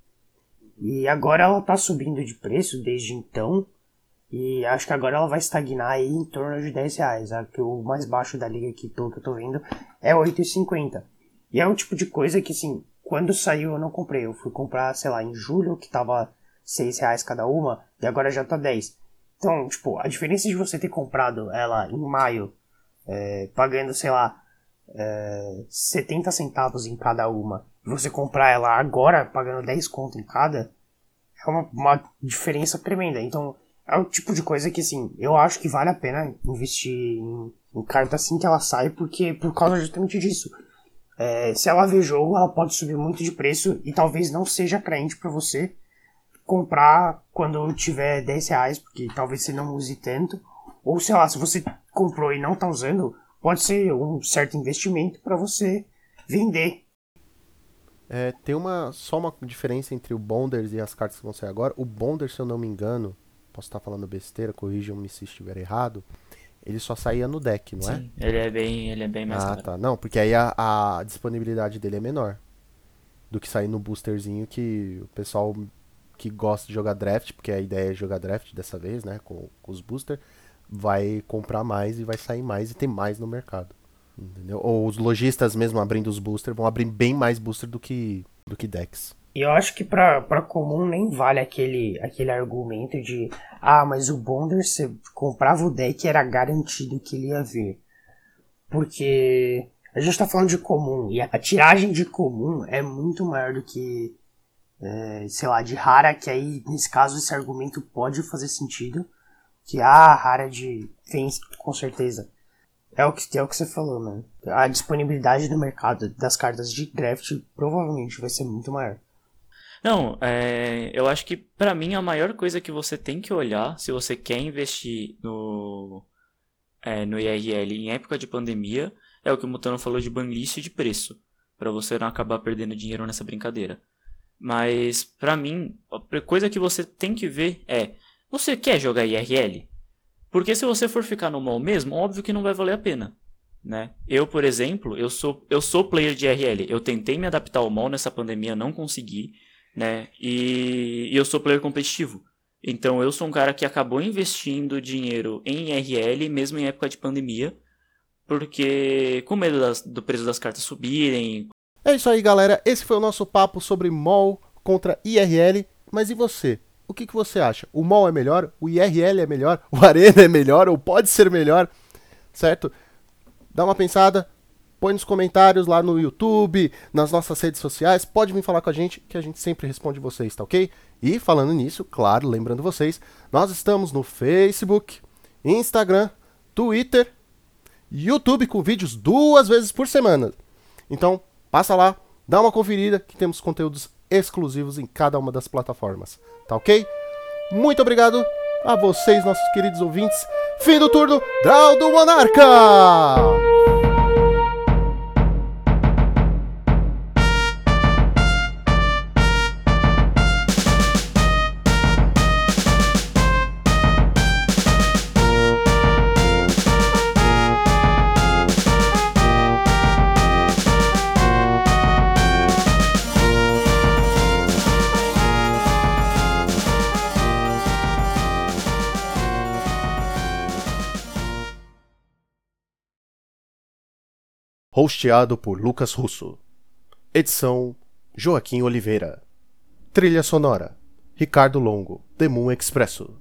E agora ela tá subindo de preço desde então. E acho que agora ela vai estagnar aí em torno de dez reais. A, que o mais baixo da liga aqui, pelo que eu tô vendo, é oito reais e cinquenta centavos. E é um tipo de coisa que, assim, quando saiu eu não comprei. Eu fui comprar, sei lá, em julho, que tava seis reais cada uma, e agora já tá dez. Então, tipo, a diferença de você ter comprado ela em maio, é, pagando, sei lá, é, setenta centavos em cada uma, e você comprar ela agora, pagando dez conto em cada, é uma, uma diferença tremenda. Então, é o tipo de coisa que, assim, eu acho que vale a pena investir em, em carta assim que ela sai, porque por causa justamente disso. É, se ela ver jogo, ela pode subir muito de preço e talvez não seja atraente para você comprar quando tiver dez reais, porque talvez você não use tanto. Ou sei lá, se você comprou e não tá usando, pode ser um certo investimento para você vender. É, tem uma, só uma diferença entre o Bonders e as cartas que vão sair agora. O Bonder, se eu não me engano, posso estar falando besteira, corrijam-me se estiver errado, ele só saía no deck, não é? Sim, ele é bem, ele é bem mais Ah, caro. tá. Não, porque aí a, a disponibilidade dele é menor do que sair no boosterzinho, que o pessoal que gosta de jogar draft, porque a ideia é jogar draft dessa vez, né, com, com os boosters, vai comprar mais e vai sair mais e tem mais no mercado. Entendeu? Ou os lojistas mesmo abrindo os boosters vão abrir bem mais booster do que, do que decks. E eu acho que pra, pra comum nem vale aquele, aquele argumento de ah, mas o Bonder, você comprava o deck, era garantido que ele ia vir. Porque a gente tá falando de comum, e a, a tiragem de comum é muito maior do que, é, sei lá, de rara, que aí, nesse caso, esse argumento pode fazer sentido. Que, ah, rara de vem, com certeza. É o que, é o que você falou, né? A disponibilidade no mercado das cartas de draft provavelmente vai ser muito maior. Não, é, eu acho que pra mim a maior coisa que você tem que olhar se você quer investir no, é, no I R L em época de pandemia é o que o Mutano falou de banlist de preço, pra você não acabar perdendo dinheiro nessa brincadeira. Mas pra mim, a coisa que você tem que ver é, você quer jogar I R L? Porque se você for ficar no mall mesmo, óbvio que não vai valer a pena, né? Eu, por exemplo, eu sou, eu sou player de I R L, eu tentei me adaptar ao mall nessa pandemia, não consegui, né? E, e eu sou player competitivo. Então eu sou um cara que acabou investindo dinheiro em I R L, mesmo em época de pandemia, porque com medo das, do preço das cartas subirem. É isso aí, galera. Esse foi o nosso papo sobre mall contra I R L. Mas e você? O que, que você acha? O mall é melhor? O I R L é melhor? O Arena é melhor? Ou pode ser melhor? Certo? Dá uma pensada. Põe nos comentários lá no YouTube, nas nossas redes sociais. Pode vir falar com a gente, que a gente sempre responde vocês, tá ok? E falando nisso, claro, lembrando vocês, nós estamos no Facebook, Instagram, Twitter, YouTube com vídeos duas vezes por semana. Então, passa lá, dá uma conferida, que temos conteúdos exclusivos em cada uma das plataformas, tá ok? Muito obrigado a vocês, nossos queridos ouvintes. Fim do turno, Draw do Monarca! Hosteado por Lucas Russo. Edição Joaquim Oliveira. Trilha sonora Ricardo Longo, The Moon Expresso.